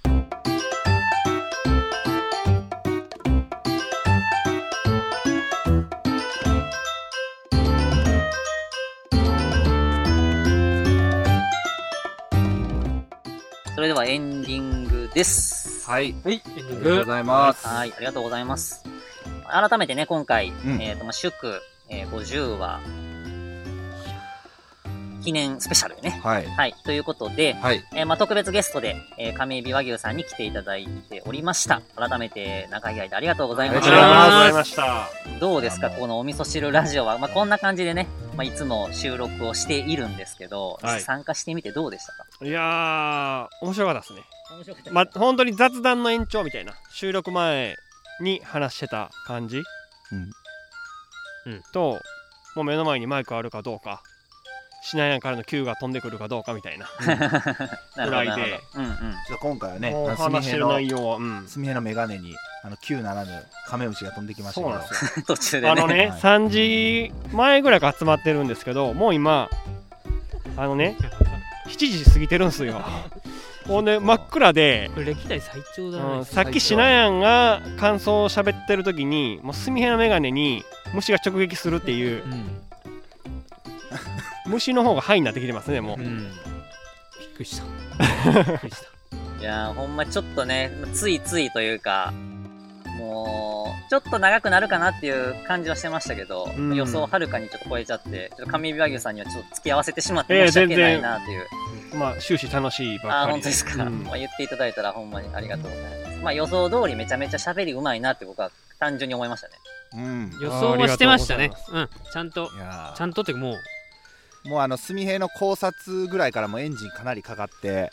[SPEAKER 3] それではエンディングです。
[SPEAKER 4] はい。
[SPEAKER 3] エンディング。
[SPEAKER 4] ありがとうございます。
[SPEAKER 3] はい、ありがとうございます。改めてね、今回、まあ、祝、50話、記念スペシャルでね。
[SPEAKER 4] はい。
[SPEAKER 3] はい。ということで、まあ、特別ゲストで、上海老和牛さんに来ていただいておりました。改めて、長い間ありがとうございました。
[SPEAKER 5] ありがとうございました。
[SPEAKER 3] どうですか、このお味噌汁ラジオは。まあ、こんな感じでね、まあ、いつも収録をしているんですけど、参加してみてどうでしたか？
[SPEAKER 5] いやー、面白かったですね。
[SPEAKER 3] 面白かった。
[SPEAKER 5] まあ、本当に雑談の延長みたいな。収録前に話してた感じ。と、もう目の前にマイクあるかどうか。しなやんからの Q が飛んでくるかどうかみたいなぐらいで、
[SPEAKER 4] ちょっと今回はね、
[SPEAKER 5] 話してる内容は、
[SPEAKER 4] すみへのメガネにQ ならぬカメムシが飛んできましたけど、
[SPEAKER 5] そうなんですよ
[SPEAKER 3] 途中でね、
[SPEAKER 5] 3時前ぐらいから集まってるんですけど、もう今7時過ぎてるんですよ。ほんで真っ暗で、
[SPEAKER 2] これ歴代最長だね。
[SPEAKER 5] さっきしなやんが感想を喋ってる時に、もうすみへのメガネに虫が直撃するっていう、虫の方がハイになってきてますね、もう。びっ
[SPEAKER 2] くりした。
[SPEAKER 3] いやー、ほんまちょっとね、ついついというか、もう、ちょっと長くなるかなっていう感じはしてましたけど、予想をはるかにちょっと超えちゃって、ちょっと上海老和牛さんにはちょっと付き合わせてしまって申し訳ないなっていう。
[SPEAKER 5] まあ、終始楽しいばっかりで。
[SPEAKER 3] あ、本当ですか。まあ、言っていただいたらほんまにありがとうございます。まあ、予想通りめちゃめちゃ喋りうまいなって僕は単純に思いましたね。
[SPEAKER 2] 予想はしてましたね。ちゃんとっていうかもう
[SPEAKER 4] すみへの考察ぐらいからもエンジンかなりかかって、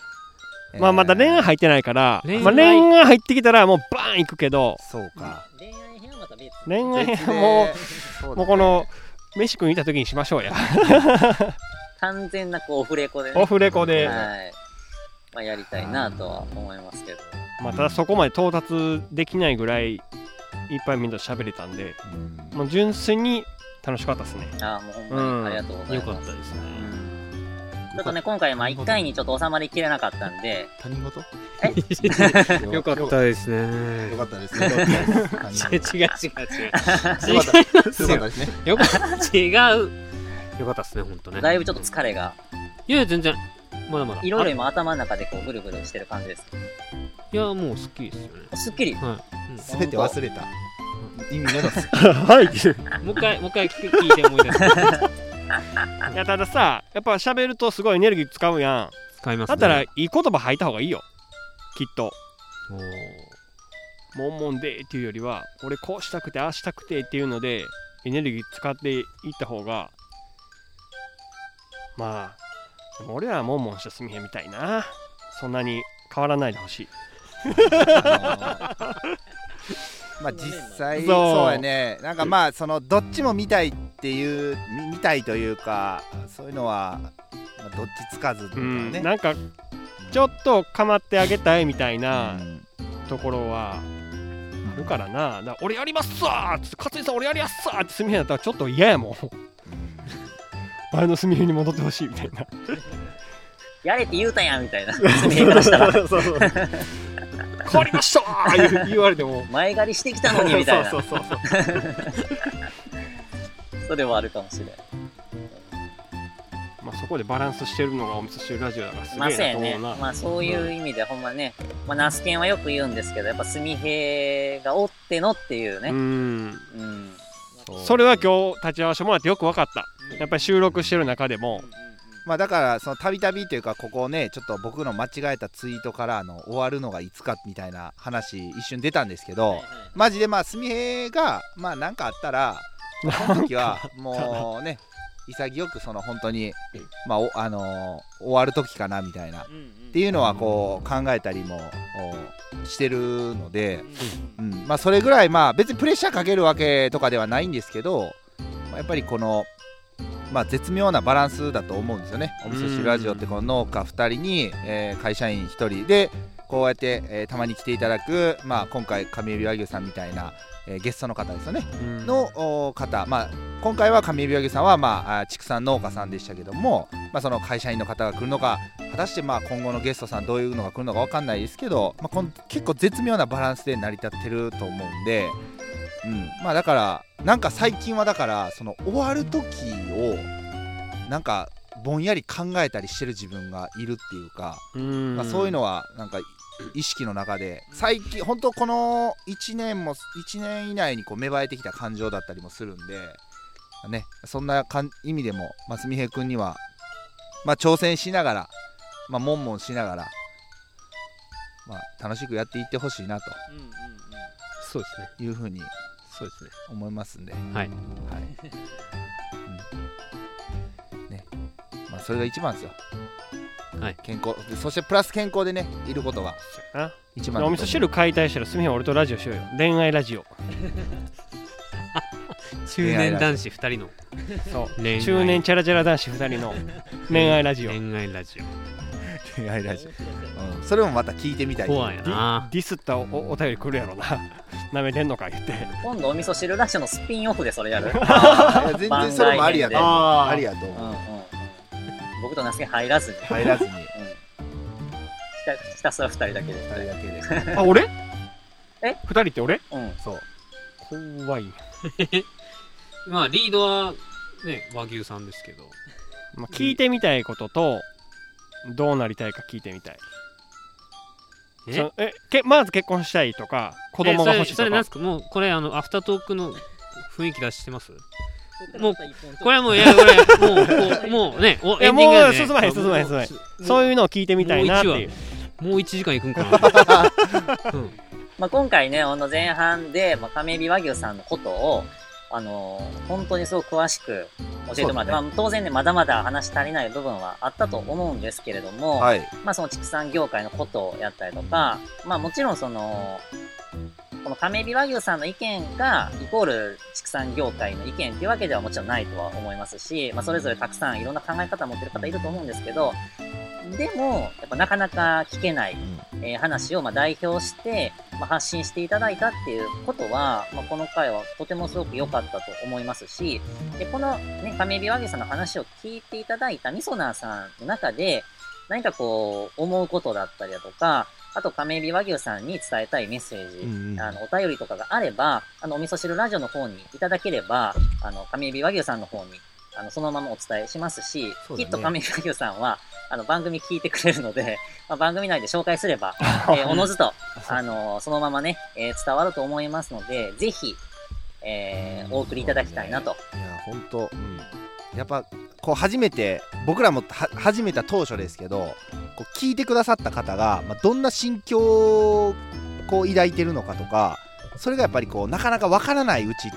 [SPEAKER 5] まあまだ恋愛入ってないから、まあ、恋愛入ってきたらもうバーンいくけど、
[SPEAKER 4] そうか。
[SPEAKER 3] 恋愛編はまた別。
[SPEAKER 5] 恋愛編もうこの飯食いに行った時にしましょうや。
[SPEAKER 3] 完全なこうオフレコで、
[SPEAKER 5] オフレコで。
[SPEAKER 3] はい。 まあ、やりたいなとは思いますけど。
[SPEAKER 5] まあ、ただそこまで到達できないぐらいいっぱいみんなと喋れたんで、もう純粋に楽しかったですね。
[SPEAKER 3] ああ、もうほんまにありがとうございます。
[SPEAKER 2] よかったですね。
[SPEAKER 3] ちょっとね、今回、まあ、1回にちょっと収まりきれなかったんで。
[SPEAKER 4] 他人事
[SPEAKER 2] よかったですね。
[SPEAKER 4] よかったですね。
[SPEAKER 2] 違う。
[SPEAKER 4] よかったですね。
[SPEAKER 2] 違う。よかったですね、ほんとね。
[SPEAKER 3] だいぶちょっと疲れが。
[SPEAKER 2] いや、全然。まだまだ。
[SPEAKER 3] いろいろ今頭の中でこう、ぐるぐるしてる感じです。
[SPEAKER 2] いや、もうすっきりですよね。
[SPEAKER 3] すっきり。
[SPEAKER 2] はい。
[SPEAKER 4] すべて忘れた。意味での
[SPEAKER 5] はい。
[SPEAKER 2] もう一回聞いて思い出す。
[SPEAKER 5] いや、たださ、やっぱ喋るとすごいエネルギー使うやん。
[SPEAKER 2] 使いますね。
[SPEAKER 5] だったらいい言葉吐いた方がいいよ。きっと。もんもんでっていうよりは、俺こうしたくてああしたくてっていうのでエネルギー使っていった方が、まあでも俺はもんもんしたすみへんみたいな。そんなに変わらないでほしい。
[SPEAKER 4] まあ実際そうやね。なんかまあそのどっちも見たいっていう見たいというか、そういうのは、まあ、どっちつかずというかね。
[SPEAKER 5] なんかちょっと構ってあげたいみたいなところはあるからな。だから俺やりますわーって、勝井さん俺やりやすさーってすみへんだったらちょっと嫌やもん。前のすみへんに戻ってほしいみたいな。
[SPEAKER 3] やれって言うたやんみたいな。すみへんからしたら。
[SPEAKER 5] 変わりましたー言われても
[SPEAKER 3] 前借りしてきたのにみたいな。
[SPEAKER 5] そう
[SPEAKER 3] それはあるかもしれない。
[SPEAKER 5] まあそこでバランスしてるのがお味噌汁ラジオだからすげえなと思うな。
[SPEAKER 3] まあそういう意味でほんまね、まあナスケンはよく言うんですけど、やっぱすみへがおってのっていうね。
[SPEAKER 5] それは今日立ち会わせてもらってよく分かった。やっぱり収録してる中でも。
[SPEAKER 4] まあだからそのたびたびというか、ここねちょっと僕の間違えたツイートから終わるのがいつかみたいな話一瞬出たんですけど、マジでまあすみへがまあなんかあったら、その時はもうね潔くその本当にまあ終わる時かなみたいなっていうのはこう考えたりもしてるので、まあそれぐらいまあ別にプレッシャーかけるわけとかではないんですけど、やっぱりこのまあ絶妙なバランスだと思うんですよね。お味噌汁ラジオってこの農家2人に、会社員1人でこうやって、たまに来ていただく、まあ、今回上海老和牛さんみたいな、ゲストの方ですよね、の方、まあ、今回は上海老和牛さんは、まあ、畜産農家さんでしたけども、まあ、その会社員の方が来るのか、果たしてまあ今後のゲストさんどういうのが来るのか分かんないですけど、まあ、結構絶妙なバランスで成り立ってると思うんで、まあだからなんか最近はだからその終わる時をなんかぼんやり考えたりしてる自分がいるっていうか、まあ、そういうのはなんか意識の中で最近本当この1年以内にこう芽生えてきた感情だったりもするんで、ね、そんな意味でもすみへい君には、まあ、挑戦しながら、まあ、もんもんしながら、まあ、楽しくやっていってほしいなと、
[SPEAKER 2] そうですね、
[SPEAKER 4] いうふうに
[SPEAKER 2] そうですね
[SPEAKER 4] 思いますんで、
[SPEAKER 2] はい
[SPEAKER 4] ね、まあそれが一番ですよ。
[SPEAKER 2] はい、
[SPEAKER 4] 健康、そしてプラス健康でねいることが一番。
[SPEAKER 5] お味噌汁解体したらすみへん俺とラジオしようよ。恋愛ラジオ。
[SPEAKER 2] 中年男子2人の
[SPEAKER 5] そう中年チャラチャラ男子2人の恋愛ラジオ。
[SPEAKER 2] 恋愛ラジオ。
[SPEAKER 4] 恋愛ラジオ、それもまた聞いてみたい。
[SPEAKER 2] 怖いな。
[SPEAKER 5] ディスったお便り来るやろな。なめてんのか言って。
[SPEAKER 3] 今度お味噌汁ラジオのスピンオフでそれやる。
[SPEAKER 4] 全然それもありやと思う。ありやと思う。
[SPEAKER 3] 僕と那須に入らずにひたすら2人だけで。
[SPEAKER 5] あ、俺？
[SPEAKER 3] え
[SPEAKER 5] ？2人って俺？
[SPEAKER 4] そう。
[SPEAKER 5] 怖い。
[SPEAKER 2] まあリードはね和牛さんですけど、
[SPEAKER 5] まあ、聞いてみたいこととどうなりたいか聞いてみたい。まず結婚したいとか子供が欲しいとか。
[SPEAKER 2] それなんすか？もうこれアフタートークの雰囲気出してます？もうこれはもういやこれもうね
[SPEAKER 5] エンディングなんで、進まへんそういうのを聞いてみたいなっていう。
[SPEAKER 2] もう1時間いくんかな。
[SPEAKER 3] まあ今回ね前半で亀海老和牛さんのことを本当にすごく詳しく教えてもらって、まあ、当然ねまだまだ話し足りない部分はあったと思うんですけれども、まあその畜産業界のことをやったりとか、まあもちろんこの亀海老和牛さんの意見がイコール畜産業界の意見っていうわけではもちろんないとは思いますし、まあそれぞれたくさんいろんな考え方を持ってる方いると思うんですけど、 でも、やっぱなかなか聞けない、話を代表して、発信していただいたっていうことは、この回はとてもすごく良かったと思いますし、で、このね、亀エビ和牛さんの話を聞いていただいたみそなーさんの中で、何かこう、思うことだったりだとか、あと亀エビ和牛さんに伝えたいメッセージ、お便りとかがあれば、お味噌汁ラジオの方にいただければ、亀エビ和牛さんの方に、そのままお伝えしますし、きっと亀エビ和牛さんは、番組聞いてくれるので、番組内で紹介すれば、おのずと、そのままね、伝わると思いますので、ぜひ、お送りいただきたいなと。
[SPEAKER 4] いや、ほんと、やっぱ、こう初めて、僕らも始めた当初ですけど、こう聞いてくださった方が、どんな心境をこう抱いてるのかとか、それがやっぱりこうなかなかわからないうちって、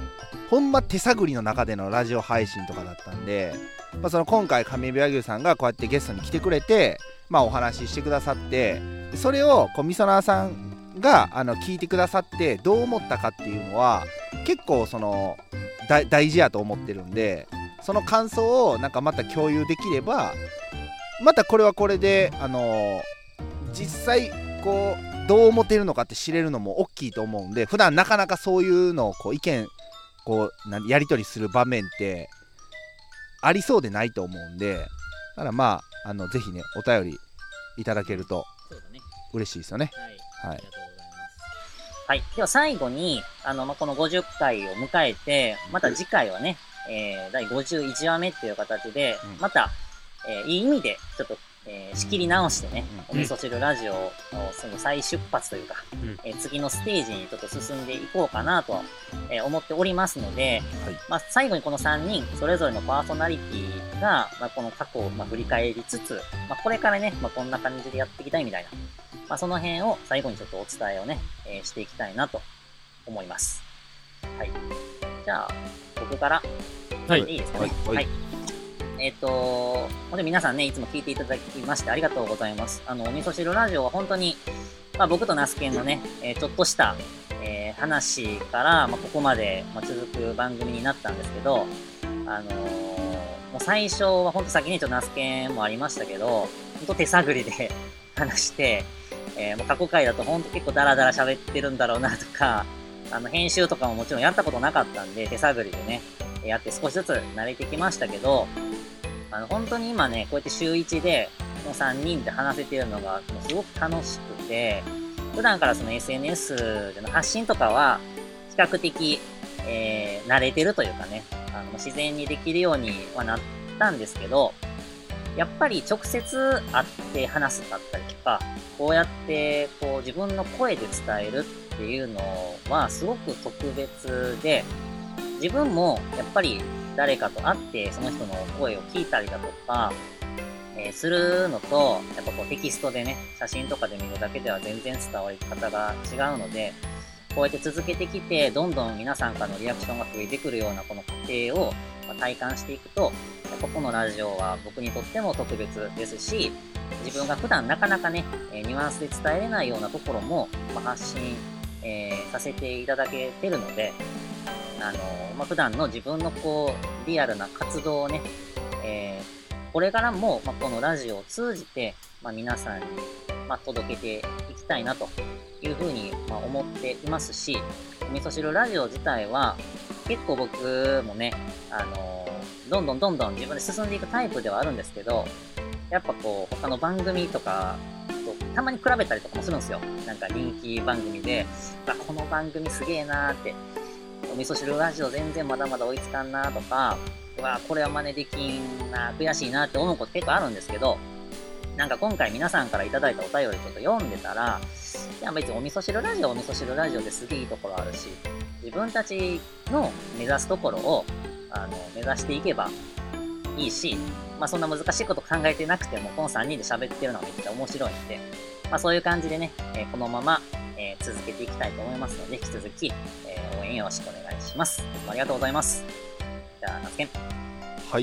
[SPEAKER 4] ほんま手探りの中でのラジオ配信とかだったんで、その今回亀エビ和牛さんがこうやってゲストに来てくれて、お話ししてくださって、それをこうみそなーさんが聞いてくださってどう思ったかっていうのは結構その大事やと思ってるんで、その感想をなんかまた共有できれば、またこれはこれで実際こうどう思ってるのかって知れるのも大きいと思うんで、普段なかなかそういうのをこう意見こうやり取りする場面ってありそうでないと思うんで、だからぜひねお便りいただけると嬉しいですよね。はい、ありがとうございます。
[SPEAKER 3] はい、では最後にこの50回を迎えて、また次回はね、第51話目っていう形で、また、いい意味でちょっと、仕切り直してね、お味噌汁ラジオのその再出発というか、次のステージにちょっと進んでいこうかなと、思っておりますので、最後にこの3人それぞれのパーソナリティが、この過去を振り返りつつ、これからね、こんな感じでやっていきたいみたいな、その辺を最後にちょっとお伝えをね、していきたいなと思います。はい。じゃあ、僕から、いいですかね。はい。本当に皆さんね、いつも聞いていただきましてありがとうございます。お味噌汁ラジオは本当に、僕とナスケンのね、ちょっとした、話から、ここまで、続く番組になったんですけど、もう最初は本当先にちょっとナスケンもありましたけど、本当手探りで話して、もう過去回だと本当結構ダラダラ喋ってるんだろうなとか、編集とかももちろんやったことなかったんで、手探りでね、やって少しずつ慣れてきましたけど、本当に今ね、こうやって週1で、この3人で話せてるのが、すごく楽しくて、普段からその SNS での発信とかは、比較的、慣れてるというかね、自然にできるようにはなったんですけど、やっぱり直接会って話すだったりとか、こうやってこう自分の声で伝えるっていうのはすごく特別で、自分もやっぱり誰かと会ってその人の声を聞いたりだとか、するのと、やっぱこうテキストでね、写真とかで見るだけでは全然伝わり方が違うので、こうやって続けてきて、どんどん皆さんからのリアクションが増えてくるようなこの過程を体感していくと、やっぱこのラジオは僕にとっても特別ですし、自分が普段なかなかね、ニュアンスで伝えれないようなところも、発信、させていただけてるので、普段の自分のこう、リアルな活動をね、これからも、このラジオを通じて、皆さんに、届けていきたいなというふうに、思っていますし、お味噌汁ラジオ自体は、結構僕もね、どんどん自分で進んでいくタイプではあるんですけど、やっぱこう、他の番組とかとたまに比べたりとかもするんですよ。なんか人気番組で、この番組すげえなーって、お味噌汁ラジオ全然まだまだ追いつかんなとか、これは真似できんな、悔しいなって思うこと結構あるんですけど、なんか今回皆さんからいただいたお便りちょっと読んでたら、いや別にお味噌汁ラジオですげえいいところあるし、自分たちの目指すところを目指していけばいいし、そんな難しいこと考えてなくても、この3人で喋ってるのがめっちゃ面白いんで、そういう感じでね、このまま、続けていきたいと思いますので、引き続き、応援よろしくお願いします。ありがとうございます。じゃあ、ナスケン。
[SPEAKER 4] はい。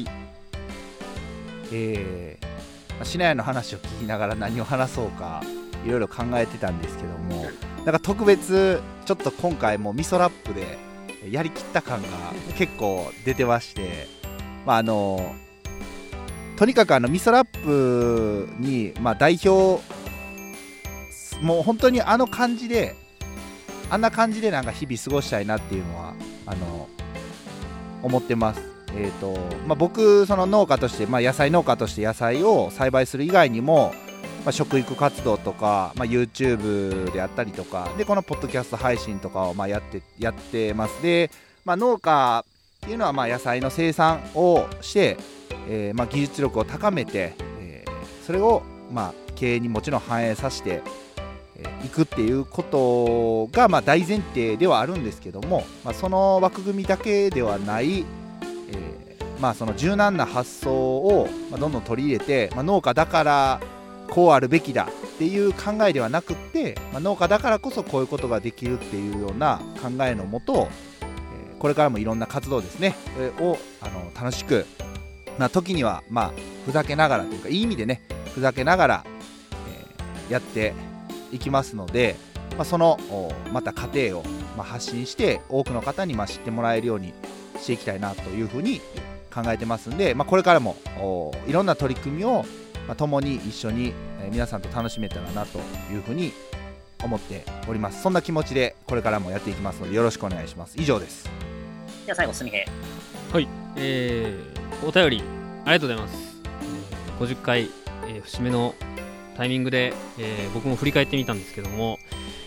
[SPEAKER 4] シナヤの話を聞きながら何を話そうか、いろいろ考えてたんですけども、なんか特別、ちょっと今回も味噌ラップでやりきった感が結構出てまして、 とにかくミソラップに、代表、もう本当にあんな感じでなんか日々過ごしたいなっていうのは思ってます。僕その農家として、野菜農家として野菜を栽培する以外にも、食育活動とか、YouTube であったりとかで、このポッドキャスト配信とかをやってます。で、農家っていうのは野菜の生産をして、技術力を高めて、それを経営にもちろん反映させていくっていうことが大前提ではあるんですけども、その枠組みだけではない、その柔軟な発想をどんどん取り入れて、農家だからこうあるべきだっていう考えではなくって、農家だからこそこういうことができるっていうような考えのもと、これからもいろんな活動ですねを楽しく、時にはふざけながらというか、いい意味でねふざけながら、やっていきますので、そのまた過程を発信して多くの方に知ってもらえるようにしていきたいなというふうに考えてますんで、これからもいろんな取り組みを共に一緒に皆さんと楽しめたらなというふうに思っております。そんな気持ちでこれからもやっていきますのでよろしくお願いします。以上です。
[SPEAKER 3] じゃあ最後すみへ。
[SPEAKER 2] はい、お便りありがとうございます。50回、節目のタイミングで、僕も振り返ってみたんですけども、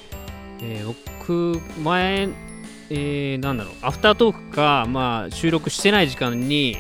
[SPEAKER 2] 僕前、アフタートークか、収録してない時間に、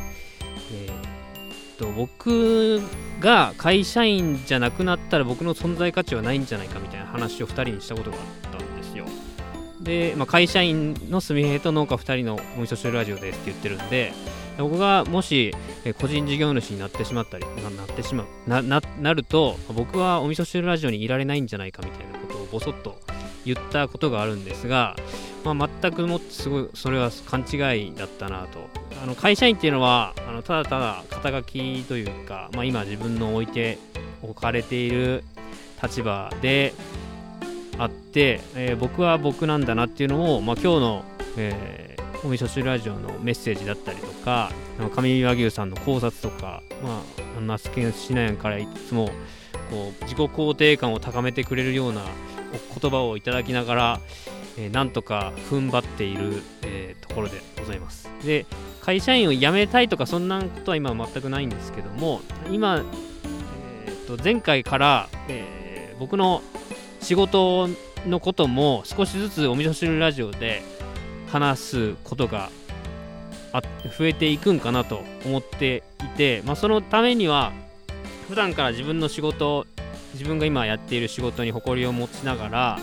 [SPEAKER 2] 僕が会社員じゃなくなったら僕の存在価値はないんじゃないかみたいな話を2人にしたことがあったんですよ。で、会社員のすみへいと農家2人のお味噌汁ラジオですって言ってるんで、僕がもし個人事業主になってしまったりなると、僕はお味噌汁ラジオにいられないんじゃないかみたいなことをボソッと言ったことがあるんですが、全くもってすごいそれは勘違いだったなと。会社員っていうのはただただ肩書きというか、今自分の置かれている立場であって、僕は僕なんだなっていうのを、今日の、お味噌汁ラジオのメッセージだったりとか、上和牛さんの考察とか、那須研しなやんからいつもこう自己肯定感を高めてくれるような言葉をいただきながら、なんとか踏ん張っている、ところでございます。で、会社員を辞めたいとかそんなことは今は全くないんですけども、今、前回から、僕の仕事のことも少しずつお味噌汁ラジオで話すことが増えていくんかなと思っていて、そのためには普段から自分の仕事、自分が今やっている仕事に誇りを持ちながら、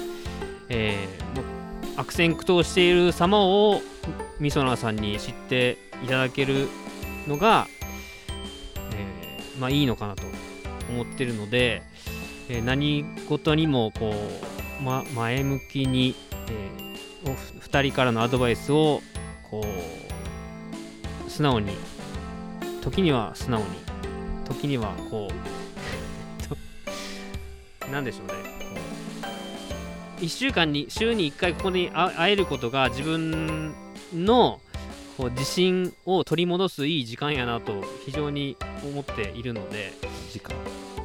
[SPEAKER 2] 悪戦苦闘している様をみそなさんに知っていただけるのが、いいのかなと思ってるので、何事にもこう、前向きに、2人からのアドバイスをこう素直に、時には素直に、時にはこうなんでしょうね、1週間に週に1回ここに会えることが自分のこう自信を取り戻すいい時間やなと非常に思っているので、
[SPEAKER 4] 時間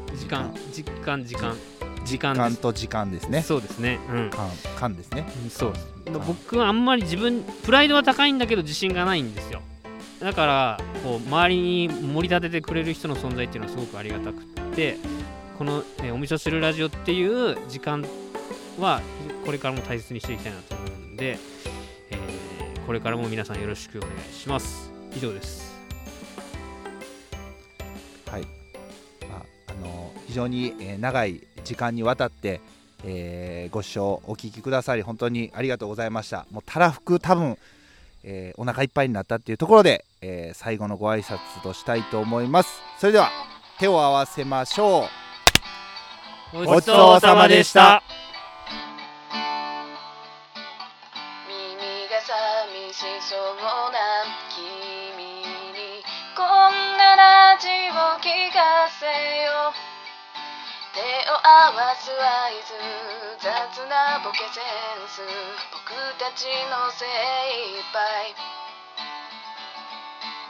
[SPEAKER 4] と時間ですね。
[SPEAKER 2] そうですね。
[SPEAKER 4] 間ですね。
[SPEAKER 2] そうです。僕はあんまりプライドは高いんだけど自信がないんですよ。だからこう周りに盛り立ててくれる人の存在っていうのはすごくありがたくて、この、お味噌汁ラジオっていう時間はこれからも大切にしていきたいなと思うんで、これからも皆さんよろしくお願いします。以上です。
[SPEAKER 4] はい。非常に長い時間にわたって、ご視聴お聞きくださり本当にありがとうございました。もうたらふく多分、お腹いっぱいになったっていうところで、最後のご挨拶としたいと思います。それでは手を合わせましょう。ごちそうさまでした。
[SPEAKER 16] 耳が寂しそうな君にこんなラジオ聞かせよ。手を合わす合図、雑なボケセンス、僕たちの精一杯。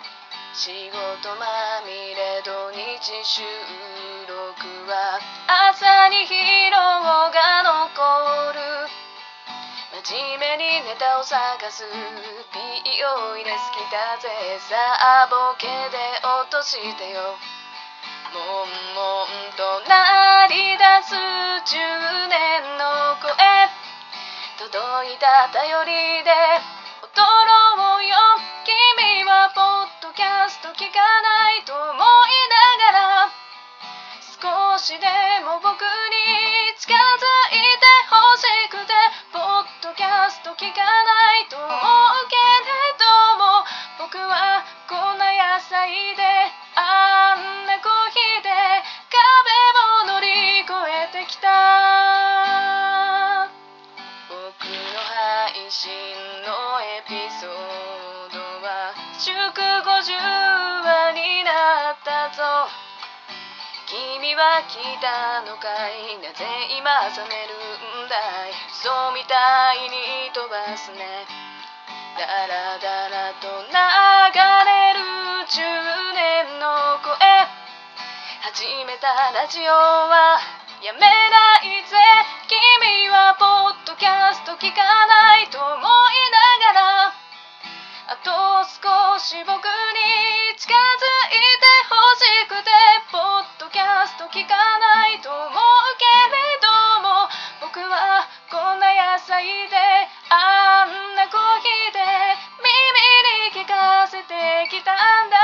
[SPEAKER 16] 仕事まみれ土日収録は朝に疲労が残る。真面目にネタを探す PO 入れすぎたぜ。さあボケで落としてよ。悶々と鳴り出す10年の声、届いた頼りで踊ろうよ。君はポッドキャスト聞かないと思いながら、少しでも僕に近づいてほしくて、ポッドキャスト聞かないと思うけれども、僕はこんな野菜であんなコーヒーで壁を乗り越えてきた。僕の配信のエピソードは祝50話になったぞ。君は来たのかい、なぜ今冷めるんだい。嘘みたいに飛ばすね。だらだらと流れる10年の声、始めたラジオはやめないぜ。君はポッドキャスト聞かないと思いながら、あと少し僕に近づいてほしくて、ポッドキャスト聞かないと思うけれども、僕はこんな野菜であんなコーヒーで耳に聞かせてきたんだ。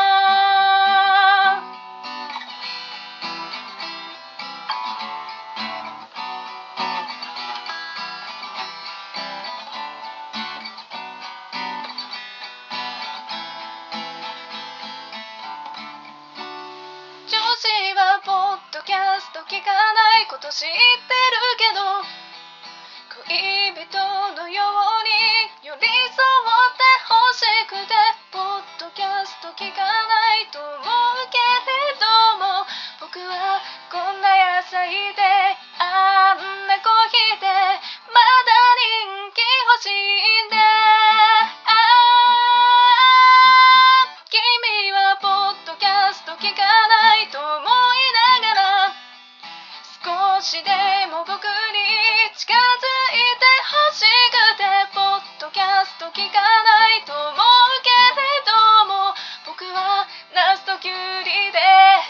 [SPEAKER 16] 女子はポッドキャスト聞かないこと知ってるけど、恋人のように寄り添ってほしくて、ポッドキャスト聞かないと思うけれども、僕はこんな野菜であんなコーヒーでまだ人気欲しいんで、君はポッドキャスト聞かないと思いながら、少しでも僕に近づいてほしくて、ポッドキャスト聞かないと思うけれども、僕はナスとキュウリで